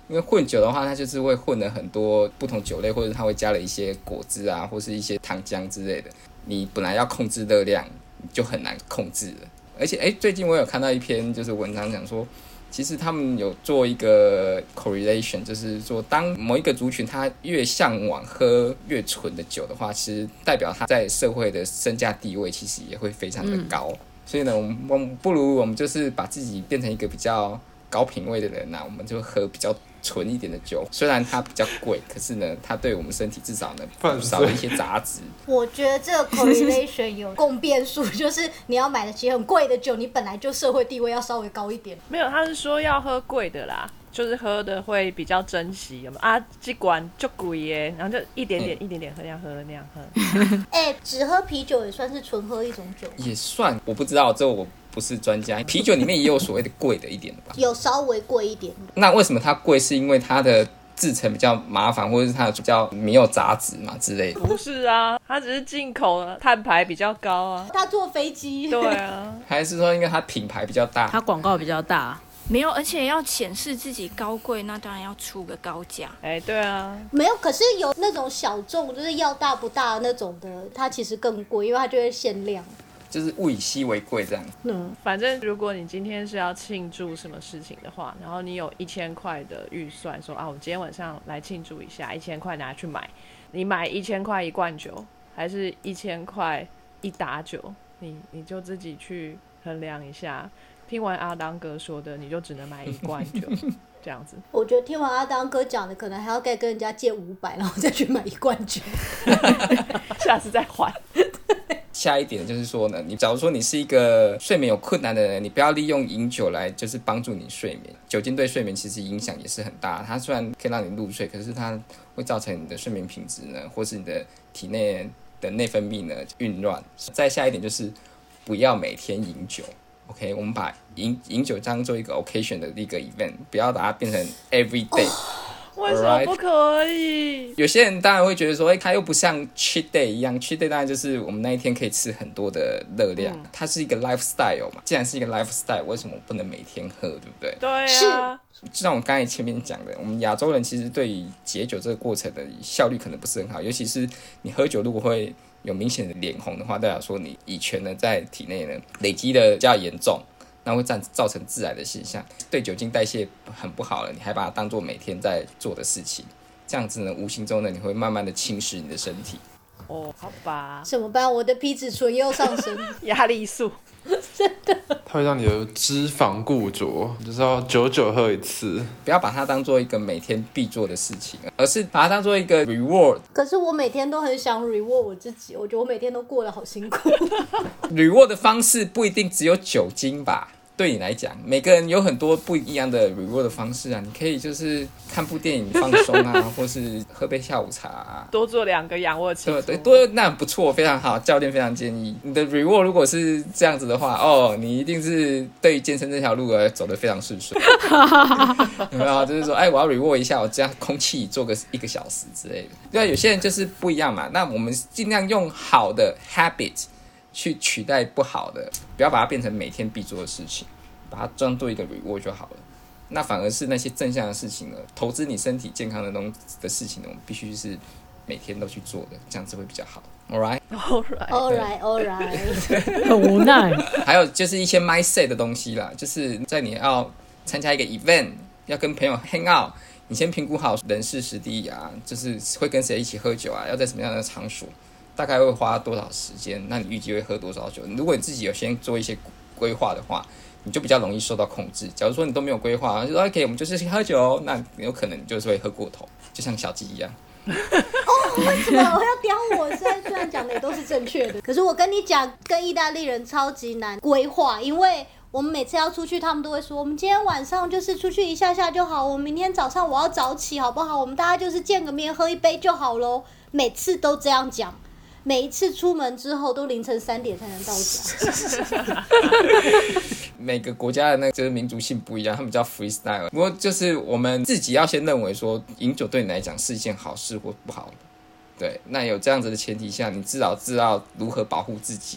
因为混酒的话，它就是会混了很多不同酒类，或者它会加了一些果汁啊，或是一些糖浆之类的。你本来要控制热量，你就很难控制了。而且，哎，最近我有看到一篇就是文章讲说，其实他们有做一个 correlation， 就是说，当某一个族群他越向往喝越纯的酒的话，其实代表他在社会的身价地位其实也会非常的高。嗯、所以呢，我们我们不如我们就是把自己变成一个比较高品味的人啊，我们就喝比较纯一点的酒，虽然它比较贵，可是呢，它对我们身体至少呢少了一些杂质。 我觉得这个 correlation 有共变数，就是你要买得起很贵的酒，你本来就社会地位要稍微高一点。 没有，他是说要喝贵的啦，就是喝的会比较珍惜，有没有啊？这罐就贵耶，然后就一点点、嗯、一点点喝，那样喝那样喝。 哎、欸，只喝啤酒也算是纯喝一种酒？ 也算，我不知道，这我不是专家。啤酒里面也有所谓的贵的一点的吧？ 有稍微贵一点的。 那为什么它贵？是因为它的制成比较麻烦，或者是它比较没有杂质嘛之类的？ 不是啊，它只是进口的，碳排比较高啊。 它坐飞机。 对啊。 还是说因为它品牌比较大？ 它广告比较大。 没有，而且要显示自己高贵，那当然要出个高价。 哎，对啊， 没有，可是有那种小众，就是要大不大的那种的，它其实更贵，因为它就会限量。 就是物以稀为贵这样。 嗯，反正如果你今天是要庆祝什么事情的话，然后你有一千块的预算，说啊，我今天晚上来庆祝一下，一千块拿去买，你买一千块一罐酒，还是一千块一打酒，你你就自己去衡量一下。听完阿当哥说的，你就只能买一罐酒，这样子。 我觉得听完阿当哥讲的，可能还要再跟人家借五百，然后再去买一罐酒， 下次再还。 下一点就是说呢，你假如说你是一个睡眠有困难的人，你不要利用饮酒来就是帮助你睡眠。酒精对睡眠其实影响也是很大，它虽然可以让你入睡，可是它会造成你的睡眠品质呢，或是你的体内的内分泌呢紊乱。再下一点就是不要每天饮酒。OK， 我们把饮饮酒当做一个 occasion 的一个 event， 不要把它变成 every day。 为什么不可以？ 有些人当然会觉得说，哎、欸，它又不像 cheat day 一样 ，cheat day 当然就是我们那一天可以吃很多的热量，嗯、它是一个 lifestyle 嘛。既然是一个 lifestyle， 为什么不能每天喝，对不对？ 对啊。 就像我刚才前面讲的，我们亚洲人其实对于解酒这个过程的效率可能不是很好，尤其是你喝酒如果会有明显的脸红的话，代表说你乙醛呢在体内呢累积的比较严重，那会造成致癌的现象，对酒精代谢很不好了，你还把它当做每天在做的事情，这样子呢，无形中呢，你会慢慢的侵蚀你的身体。 哦，好吧。 怎么办？我的皮质醇又上升， 压力素。 真的。 它会让你的脂肪固着，就是要久久喝一次。 不要把它当做一个每天必做的事情，而是把它当做一个 reward。 可是我每天都很想 reward 我自己，我觉得我每天都过得好辛苦。 reward 的方式不一定只有酒精吧？对你来讲，每个人有很多不一样的 reward 的方式啊。你可以就是看部电影放松啊，或是喝杯下午茶啊， 多做两个仰卧起坐。 对对，多那不错，非常好，教练非常建议。你的 reward 如果是这样子的话，哦，你一定是对于健身这条路而走得非常顺遂。有没有？就是说，哎，我要 reward 一下，我这样空气做个一个小时之类的。对啊，有些人就是不一样嘛。那我们尽量用好的 habit。去取代不好的，不要把它变成每天必做的事情，把它当做一个 reward 就好了。那反而是那些正向的事情呢，投资你身体健康的东的事情呢，我们必须是每天都去做的，这样子会比较好。All right, all right, all right, all right。 很无奈。 还有就是一些 mindset 的东西啦，就是在你要参加一个 event， 要跟朋友 hang out， 你先评估好人事时地啊，就是会跟谁一起喝酒啊，要在什么样的场所。大概会花多少时间？那你预计会喝多少酒？如果你自己有先做一些规划的话，你就比较容易受到控制。假如说你都没有规划，就说 OK， 我们就是去喝酒，那有可能你就是会喝过头，就像小鸡一样。 哦，为什么我要刁我？虽然虽然讲的也都是正确的，可是我跟你讲，跟意大利人超级难规划，因为我们每次要出去，他们都会说，我们今天晚上就是出去一下下就好，我们明天早上我要早起，好不好？我们大家就是见个面，喝一杯就好咯。每次都这样讲。每一次出门之后都凌晨三点才能到家。 每个国家的那个就是民族性不一样，他们叫 freestyle。不过就是我们自己要先认为说，饮酒对你来讲是一件好事或不好的。对，那有这样子的前提下，你至少知道如何保护自己，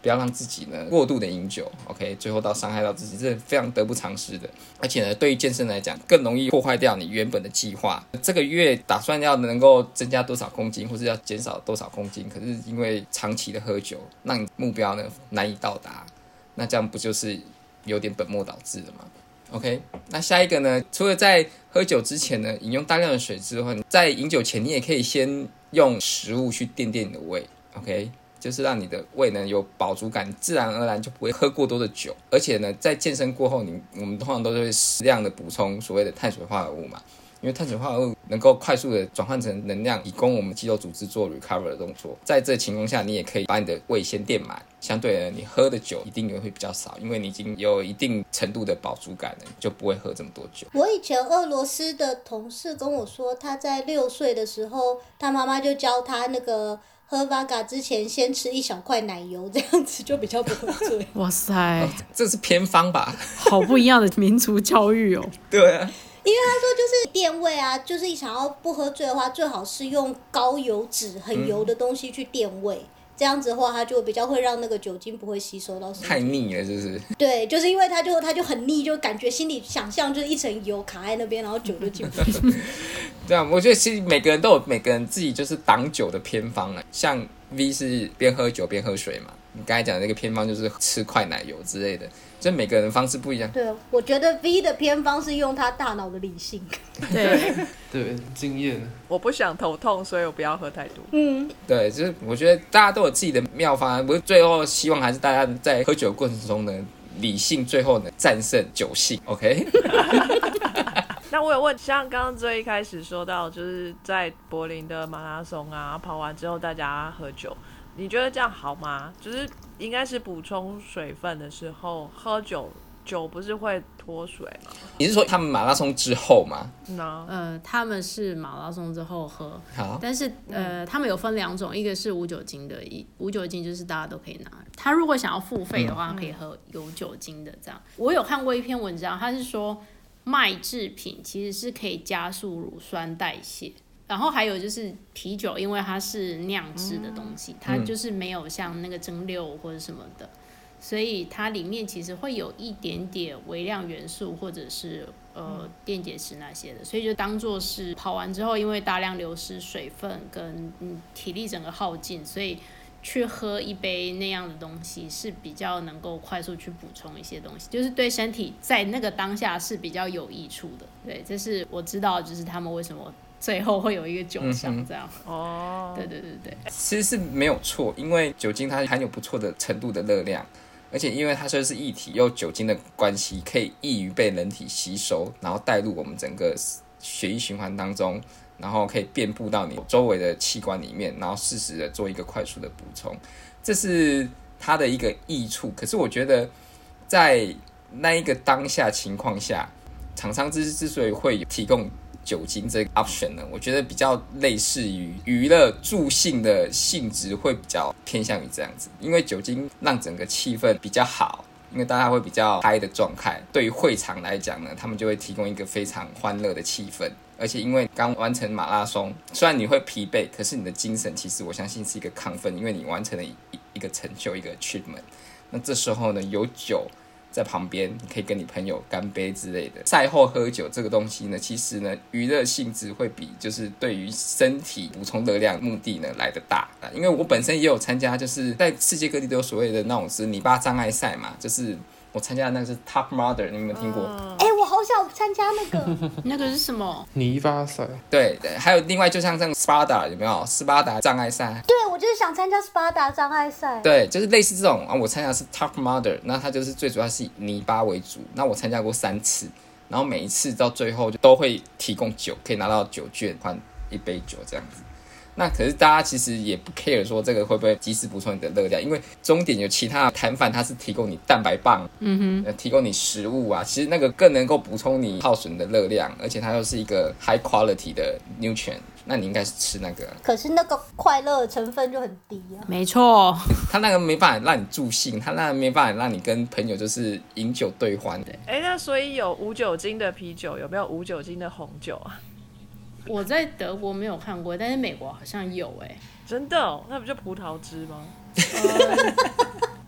不要让自己呢过度的饮酒 ，OK， 最后到伤害到自己，这是非常得不偿失的。而且呢，对于健身来讲，更容易破坏掉你原本的计划。这个月打算要能够增加多少公斤，或是要减少多少公斤，可是因为长期的喝酒，让你目标呢难以到达，那这样不就是有点本末倒置了吗？ OK， 那下一个呢，除了在喝酒之前呢饮用大量的水之后，在饮酒前你也可以先用食物去垫垫你的胃 ，OK， 就是让你的胃呢有饱足感，自然而然就不会喝过多的酒。而且呢，在健身过后，你我们通常都会适量的补充所谓的碳水化合物嘛，因为碳水化合物能够快速的转换成能量，以供我们肌肉组织做 recover 的动作。在这情况下，你也可以把你的胃先垫满，相对的，你喝的酒一定也会比较少，因为你已经有一定程度的饱足感了，你就不会喝这么多酒。 我以前俄罗斯的同事跟我说，他在六岁的时候，他妈妈就教他那个喝 Vodka 之前先吃一小块奶油，这样子就比较不会醉。 哇塞、 哦，这是偏方吧？ 好不一样的民族教育哦。 对啊。 因为他说就是垫胃啊，就是想要不喝醉的话，最好是用高油脂、很油的东西去垫胃。嗯，这样子的话，它就比较会让那个酒精不会吸收到身体。 太腻了，是不是？ 对，就是因为它就它就很腻，就感觉心里想象就是一层油卡在那边，然后酒就进不去。 对啊，我觉得其实每个人都有每个人自己就是挡酒的偏方啊。像 V 是边喝酒边喝水嘛，你刚才讲的那个偏方就是吃块奶油之类的，就每个人方式不一样。 对，我觉得 V 的偏方是用他大脑的理性。 对对，经验。 我不想头痛，所以我不要喝太多。 嗯， 对，就是我觉得大家都有自己的妙方，不过最后希望还是大家在喝酒的过程中呢，理性最后呢战胜酒性。OK。 那我有问，像刚刚最一开始说到，就是在柏林的马拉松啊，跑完之后大家喝酒，你觉得这样好吗？就是应该是补充水分的时候喝酒，酒不是会脱水吗？ 你是说他们马拉松之后吗？ No. 呃，他们是马拉松之后喝， 好， 但是呃，他们有分两种，一个是无酒精的，一无酒精就是大家都可以拿。他如果想要付费的话，可以喝有酒精的这样。我有看过一篇文章，他是说麦制品其实是可以加速乳酸代谢。然后还有就是啤酒，因为它是酿制的东西，它就是没有像那个蒸馏或者什么的，所以它里面其实会有一点点微量元素或者是呃电解质那些的，所以就当做是跑完之后，因为大量流失水分跟嗯体力整个耗尽，所以去喝一杯那样的东西是比较能够快速去补充一些东西，就是对身体在那个当下是比较有益处的。对，这是我知道，就是他们为什么最后会有一个酒香这样。 哦、嗯， 对对对对， 其实是没有错，因为酒精它含有不错的程度的热量，而且因为它就是液体，有酒精的关系，可以易于被人体吸收，然后带入我们整个血液循环当中，然后可以遍布到你周围的器官里面，然后适时的做一个快速的补充，这是它的一个益处。可是我觉得在那一个当下情况下，厂商之之所以会提供酒精这个 option 呢，我觉得比较类似于娱乐助兴的性质，会比较偏向于这样子。因为酒精让整个气氛比较好，因为大家会比较嗨的状态。对于会场来讲呢，他们就会提供一个非常欢乐的气氛。而且因为刚完成马拉松，虽然你会疲惫，可是你的精神其实我相信是一个亢奋，因为你完成了一一个成就，一个 achievement。那这时候呢，有酒在旁边，你可以跟你朋友干杯之类的。赛后喝酒这个东西呢，其实呢，娱乐性质会比就是对于身体补充热量目的呢来得大。因为我本身也有参加，就是在世界各地都有所谓的那种是泥巴障碍赛嘛，就是我参加的那个是 Top Mudder， 你有没有听过？ 哎、欸，我好想参加那个。 那个是什么？ 泥巴赛。 对对，还有另外就像这样 Sparta 有没有？斯巴达障碍赛。 对，我就是想参加斯巴达障碍赛。 对，就是类似这种啊。我参加的是 Top Mudder， 那它就是最主要是以泥巴为主。那我参加过三次，然后每一次到最后就都会提供酒，可以拿到酒券换一杯酒这样子。那可是大家其实也不 care 说这个会不会及时补充你的热量，因为终点有其他的摊贩，它是提供你蛋白棒，嗯哼，提供你食物啊，其实那个更能够补充你耗损的热量，而且它又是一个 high quality 的 nutrient， 那你应该是吃那个、啊。 可是那个快乐的成分就很低啊。 没错， 它那个没办法让你助兴，它那个没办法让你跟朋友就是饮酒对欢的。 哎，那所以有无酒精的啤酒，有没有无酒精的红酒啊？ 我在德国没有看过，但是美国好像有哎、欸。 真的、哦？那不就葡萄汁吗？ 呃、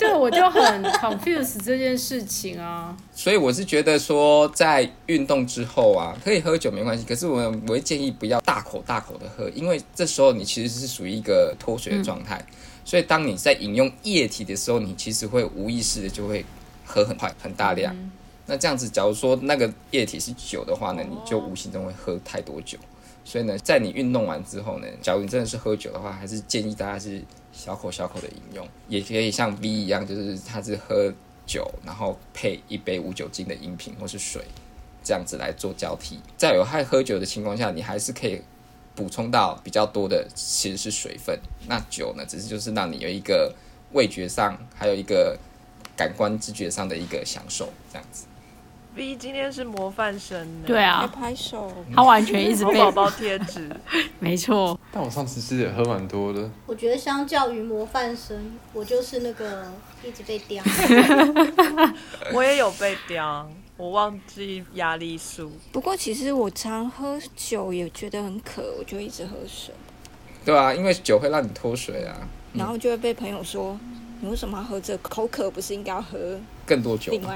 对，我就很 confuse 这件事情啊。 所以我是觉得说，在运动之后啊，可以喝酒没关系，可是我我会建议不要大口大口的喝，因为这时候你其实是属于一个脱水的状态、嗯，所以当你在饮用液体的时候，你其实会无意识的就会喝很快很大量。嗯、那这样子，假如说那个液体是酒的话呢，你就无形中会喝太多酒。所以呢，在你运动完之后呢，假如你真的是喝酒的话，还是建议大家是小口小口的饮用，也可以像 V 一样，就是他是喝酒，然后配一杯无酒精的饮品或是水，这样子来做交替。在有害喝酒的情况下，你还是可以补充到比较多的其实是水分。那酒呢，只是就是让你有一个味觉上，还有一个感官知觉上的一个享受，这样子。 V 今天是模范生呢， 对啊， 拍手， 他完全一直被宝宝贴纸， 没错。 但我上次其实也喝蛮多的。 我觉得相较于模范生，我就是那个一直被刁。 我也有被刁，我忘记压力数。 不过其实我常喝酒也觉得很渴，我就一直喝水。 对啊，因为酒会让你脱水啊， 嗯、然后就会被朋友说。你为什么要喝这个？口渴不是应该要喝更多酒？ 另外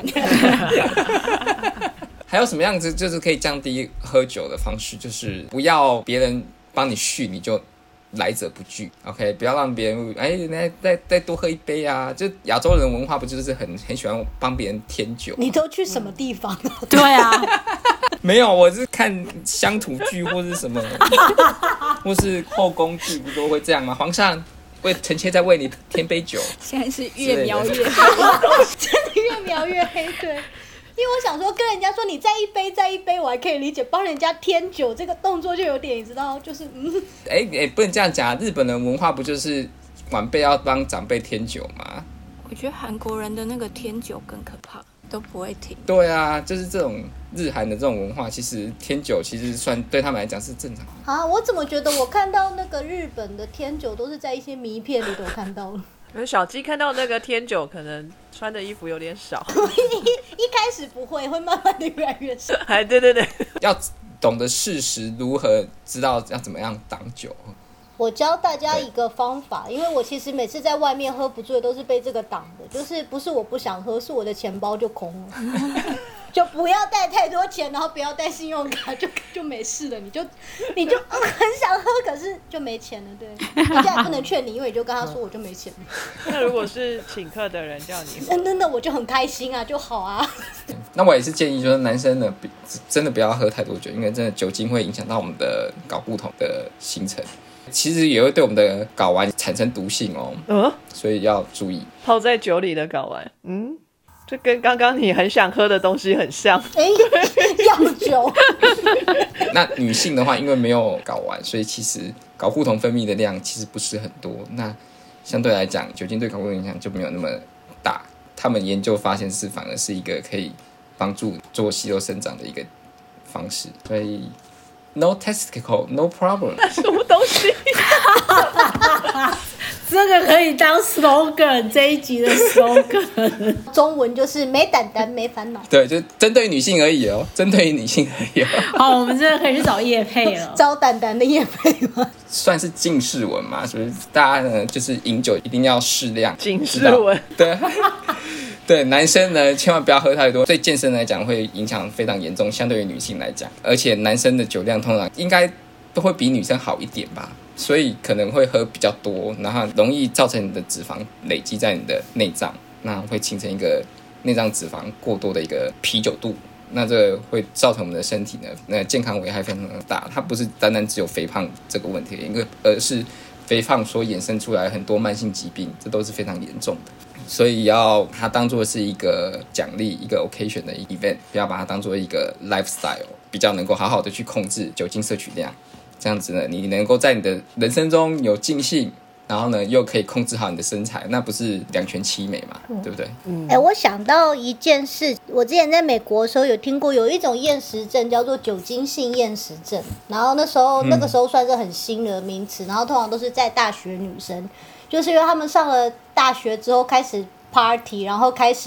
还有什么样子就是可以降低喝酒的方式？就是不要别人帮你续，你就来者不拒。OK， 不要让别人哎，再再再多喝一杯啊！就亚洲人文化不就是很很喜欢帮别人添酒？ 你都去什么地方啊？ 嗯、对啊， 没有，我是看乡土剧或是什么，或是后宫剧，不都会这样吗？皇上。为臣妾在为你添杯酒， 现在是越描越黑， 真的越描越黑。对，因为我想说跟人家说你再一杯再一杯，我还可以理解，帮人家添酒这个动作就有点，你知道，就是嗯， 哎哎、欸欸，不能这样讲，日本的文化不就是晚辈要帮长辈添酒吗？ 我觉得韩国人的那个添酒更可怕。都不会停。 对啊，就是这种日韩的这种文化，其实添酒其实算对他们来讲是正常的。 啊，我怎么觉得我看到那个日本的添酒都是在一些迷片里头看到了。 可是小鸡看到那个添酒，可能穿的衣服有点少。 一开始不会，会慢慢的越来越少。 哎，对对对， 要懂得适时如何知道要怎么样挡酒。 我教大家一个方法，因为我其实每次在外面喝不醉都是被这个挡的，就是不是我不想喝，是我的钱包就空了。就不要带太多钱，然后不要带信用卡，就就没事了。你就你就、嗯、很想喝，可是就没钱了。对，人家也不能劝你，因为你就跟他说我就没钱了。 那如果是请客的人叫你， 那那那我就很开心啊，就好啊。 那我也是建议，就是男生呢，真的不要喝太多酒，因为真的酒精会影响到我们的睾固酮的形成。其实也会对我们的睾丸产生毒性哦，嗯，所以要注意。 泡在酒里的睾丸，嗯，这跟刚刚你很想喝的东西很像。 哎、欸，药酒。 那女性的话，因为没有睾丸，所以其实睾固酮分泌的量其实不是很多。那相对来讲，酒精对睾固酮影响就没有那么大。他们研究发现是反而是一个可以帮助做肌肉生长的一个方式，所以。No testicle, no problem。 什么东西？ 这个可以当 slogan， 这一集的 slogan。 中文就是没胆胆没烦恼。 对，就针对女性而已哦，针对于女性而已哦。 好，我们真的可以去找业配了。 找胆胆的业配吗？ 算是近视文嘛，所以大家呢就是饮酒一定要适量。 近视文。 对。对，男生呢千万不要喝太多，对健身来讲会影响非常严重，相对于女性来讲，而且男生的酒量通常应该都会比女生好一点吧，所以可能会喝比较多，然后容易造成你的脂肪累积在你的内脏，那会形成一个内脏脂肪过多的一个啤酒肚，那这会造成我们的身体呢，那健康危害非常的大，它不是单单只有肥胖这个问题，因为而是肥胖所衍生出来很多慢性疾病，这都是非常严重的。所以要它当作是一个奖励，一个 occasion 的 event， 不要把它当作一个 lifestyle， 比较能够好好的去控制酒精摄取量。这样子呢，你能够在你的人生中有尽兴，然后呢又可以控制好你的身材，那不是两全其美嘛，嗯、对不对？ 嗯。哎、欸，我想到一件事，我之前在美国的时候有听过，有一种厌食症叫做酒精性厌食症，然后那时候、嗯、那个时候算是很新的名词，然后通常都是在大学女生。就是因为他们上了大学之后开始 party， 然后开始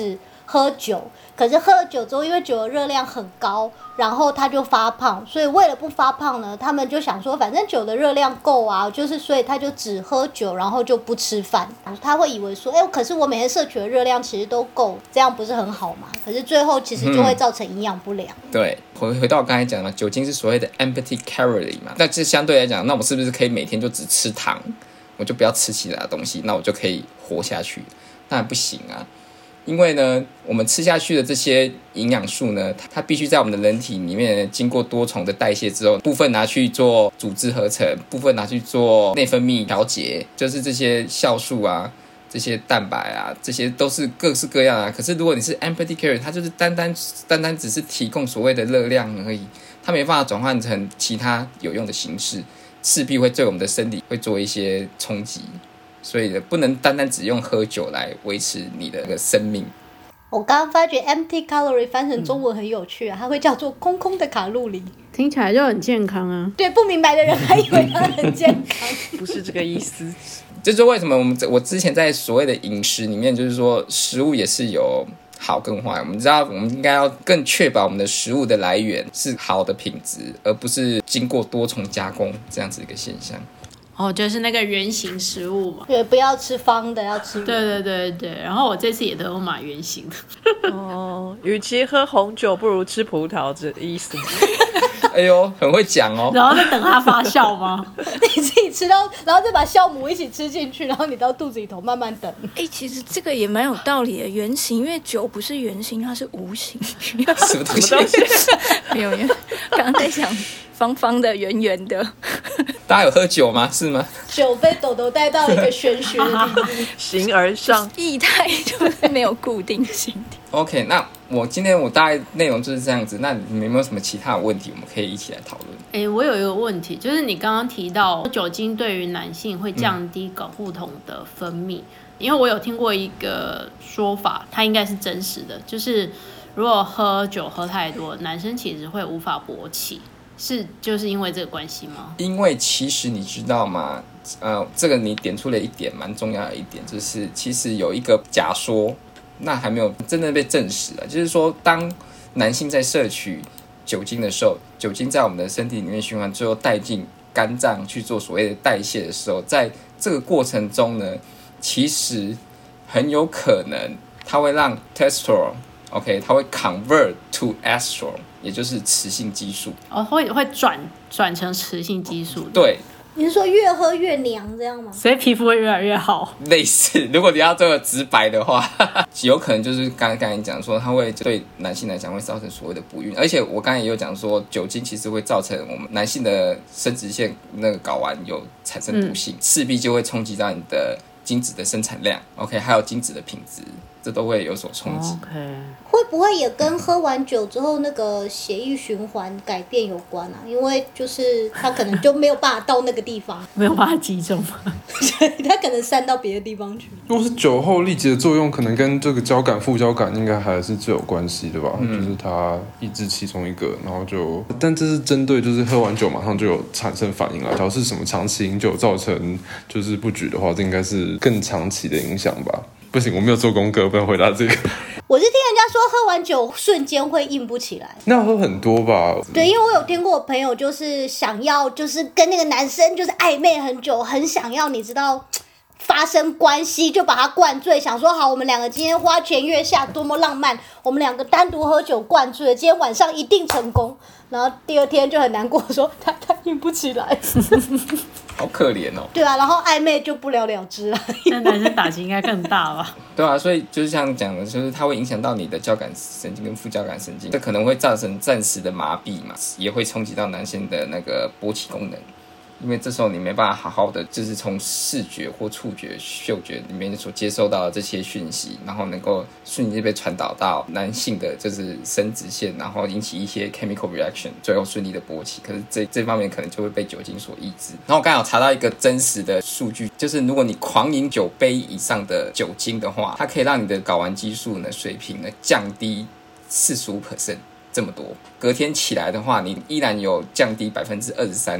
喝酒，可是喝了酒之后，因为酒的热量很高，然后他就发胖，所以为了不发胖呢，他们就想说，反正酒的热量够啊，就是所以他就只喝酒，然后就不吃饭。他会以为说，哎，可是我每天摄取的热量其实都够，这样不是很好吗？可是最后其实就会造成营养不良。 嗯、对，回回到我刚才讲的，酒精是所谓的 empty calorie 嘛，那这相对来讲，那我是不是可以每天就只吃糖，我就不要吃其他的东西，那我就可以活下去？当然不行啊。因为呢，我们吃下去的这些营养素呢，它必须在我们的人体里面经过多重的代谢之后，部分拿去做组织合成，部分拿去做内分泌调节，就是这些酵素啊，这些蛋白啊，这些都是各式各样啊。可是如果你是 empty calorie， 它就是单单单单只是提供所谓的热量而已，它没办法转换成其他有用的形式，势必会对我们的身体会做一些冲击。所以不能单单只用喝酒来维持你的个生命。 我刚刚发觉 empty calorie 翻成中文很有趣啊，它会叫做空空的卡路里， 听起来就很健康啊。 对，不明白的人还以为它很健康， 不是这个意思。 这就是为什么我们我之前在所谓的饮食里面，就是说食物也是有好跟坏。我们知道，我们应该要更确保我们的食物的来源是好的品质，而不是经过多重加工这样子一个现象。 哦，就是那个圆形食物嘛。 对，不要吃方的，要吃圆的。 对对对对，然后我这次也都有买圆形的。 哦，与其喝红酒，不如吃葡萄，这意思吗？ 哎呦，很会讲哦。 然后再等它发酵吗？ 你自己吃到，然后再把酵母一起吃进去，然后你到肚子里头慢慢等。 哎、欸，其实这个也蛮有道理的，圆形，因为酒不是圆形，它是无形。 什么东西？ 没有，因为刚刚在想方方的、圆圆的。 大家有喝酒吗？是吗？ 酒被豆豆带到一个玄学的地步， 形而上， 液态就是没有固定性。 OK， 那我今天我大概内容就是这样子。那你们有没有什么其他的问题，我们可以一起来讨论？ 哎、欸，我有一个问题，就是你刚刚提到酒精对于男性会降低睾固酮的分泌，嗯、因为我有听过一个说法，它应该是真实的，就是如果喝酒喝太多，男生其实会无法勃起。是就是因为这个关系吗？因为其实你知道吗？呃，这个你点出了一点蛮重要的一点，就是其实有一个假说，那还没有真的被证实了，就是说当男性在摄取酒精的时候，酒精在我们的身体里面循环，最后带进肝脏去做所谓的代谢的时候，在这个过程中呢，其实很有可能它会让 testosterone，OK， 它会 convert to estrogen。也就是雌性激素哦，会会转转成雌性激素。 对， 你是说越喝越娘这样吗？ 所以皮肤会越来越好。 类似，如果你要这么直白的话，有可能就是刚刚才讲说，它会对男性来讲会造成所谓的不孕，而且我刚才也有讲说，酒精其实会造成我们男性的生殖腺那个睾丸有产生毒性，势、嗯、必就会冲击到你的精子的生产量 ，OK， 还有精子的品质。这都会有所冲击。 Okay. 会不会也跟喝完酒之后那个血液循环改变有关啊？因为就是他可能就没有办法到那个地方， 没有办法集中， 他可能散到别的地方去。 如果是酒后立即的作用，可能跟这个交感副交感应该还是最有关系的吧？嗯、就是它抑制其中一个，然后就，但这是针对就是喝完酒马上就有产生反应了。假如是什么长期饮酒造成就是不举的话，这应该是更长期的影响吧。不行，我没有做功课，不能回答这个。 我是听人家说喝完酒瞬间会硬不起来， 那喝很多吧？ 对，因为我有听过我朋友就是想要，就是跟那个男生就是暧昧很久，很想要，你知道发生关系，就把他灌醉，想说好，我们两个今天花前月下多么浪漫，我们两个单独喝酒灌醉，今天晚上一定成功。然后第二天就很难过，说他他硬不起来。 好可怜哦。 对啊，然后暧昧就不了了之了。 那男生打击应该更大吧？ 对啊，所以就是像讲的，就是它会影响到你的交感神经跟副交感神经，这可能会造成暂时的麻痹嘛，也会冲击到男性的那个勃起功能。因为这时候你没办法好好的，就是从视觉或触觉、嗅觉里面所接收到的这些讯息，然后能够瞬间被传导到男性的就是生殖腺，然后引起一些 chemical reaction， 最后顺利的勃起。可是这这方面可能就会被酒精所抑制。然后我刚好查到一个真实的数据，就是如果你狂饮九杯以上的酒精的话，它可以让你的睾丸激素呢水平呢降低 百分之四十五 这么多。隔天起来的话，你依然有降低 百分之二十三。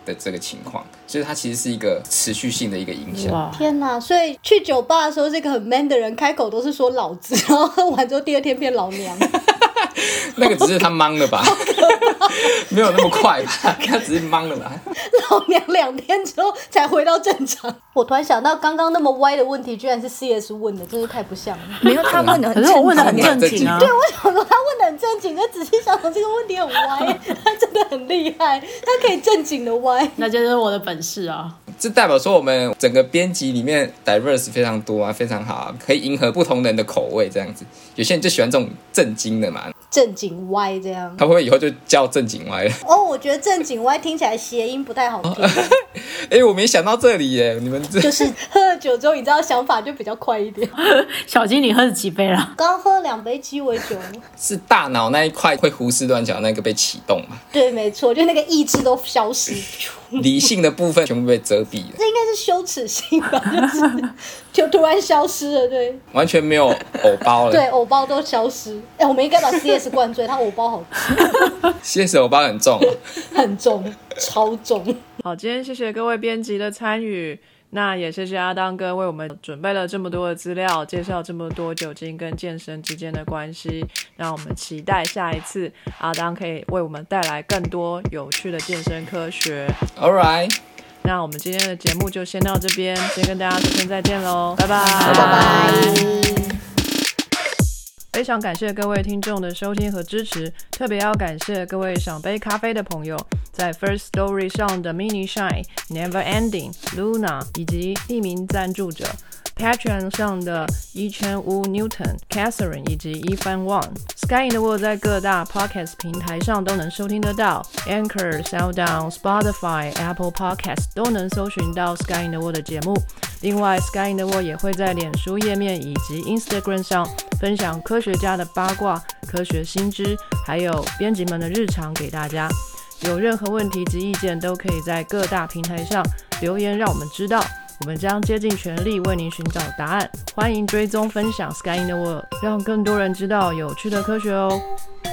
的这个情况，所以它其实是一个持续性的一个影响。 哇， 天哪！所以去酒吧的时候，这个很 man 的人开口都是说老子，然后喝完之后第二天变老娘。 那个只是他懵了吧，没有那么快吧，他只是懵了吧。 老娘两天之后才回到正常。我突然想到，刚刚那么歪的问题，居然是 C S 问的，真是太不像了。 没有，他问的很可是我问的很正经啊。 对，我想说他问的很正经，可仔细想想这个问题很歪，他真的很厉害，他可以正经的歪。 那就是我的本事啊。 这代表说我们整个编辑里面 diverse 非常多啊，非常好啊，可以迎合不同人的口味这样子。有些人就喜欢这种正经的嘛， 正经歪这样。 他会不会以后就叫正经歪了？ 哦，我觉得正经歪听起来谐音不太好听。 哎、欸，我没想到这里耶，你们这就是喝了酒之后，你知道想法就比较快一点。 小金，你喝了几杯了？ 刚喝了两杯鸡尾酒。 是大脑那一块会胡思乱想那个被启动嘛？ 对，没错，就那个意志都消失。 理性的部分全部被遮蔽了， 这应该是羞耻心吧，就是就突然消失了，对， 完全没有偶包了， 对，偶包都消失。哎、欸，我们应该把 C S 灌醉，他偶包好 ，C S 偶包很重、啊， 很重，超重。 好，今天谢谢各位编辑的参与。那也谢谢阿当哥为我们准备了这么多的资料，介绍这么多酒精跟健身之间的关系，让我们期待下一次阿当可以为我们带来更多有趣的健身科学。 All right， 那我们今天的节目就先到这边，先跟大家说声再见咯，拜拜拜拜。 非常感谢各位听众的收听和支持，特别要感谢各位想杯咖啡的朋友，在 First Story 上的 Mini Shine、Never Ending、Luna 以及匿名赞助者 Patreon 上的一千五 Newton、Catherine 以及一番 Wang。Sky in the World 在各大 Podcast 平台上都能收听得到 ，Anchor、SoundOn、Spotify、Apple Podcast 都能搜寻到 Sky in the World 的节目。另外 Sky in the World 也会在脸书页面以及 Instagram 上分享科学家的八卦、科学新知，还有编辑们的日常给大家。有任何问题及意见都可以在各大平台上留言让我们知道，我们将竭尽全力为您寻找答案。欢迎追踪分享 Sky in the World， 让更多人知道有趣的科学哦。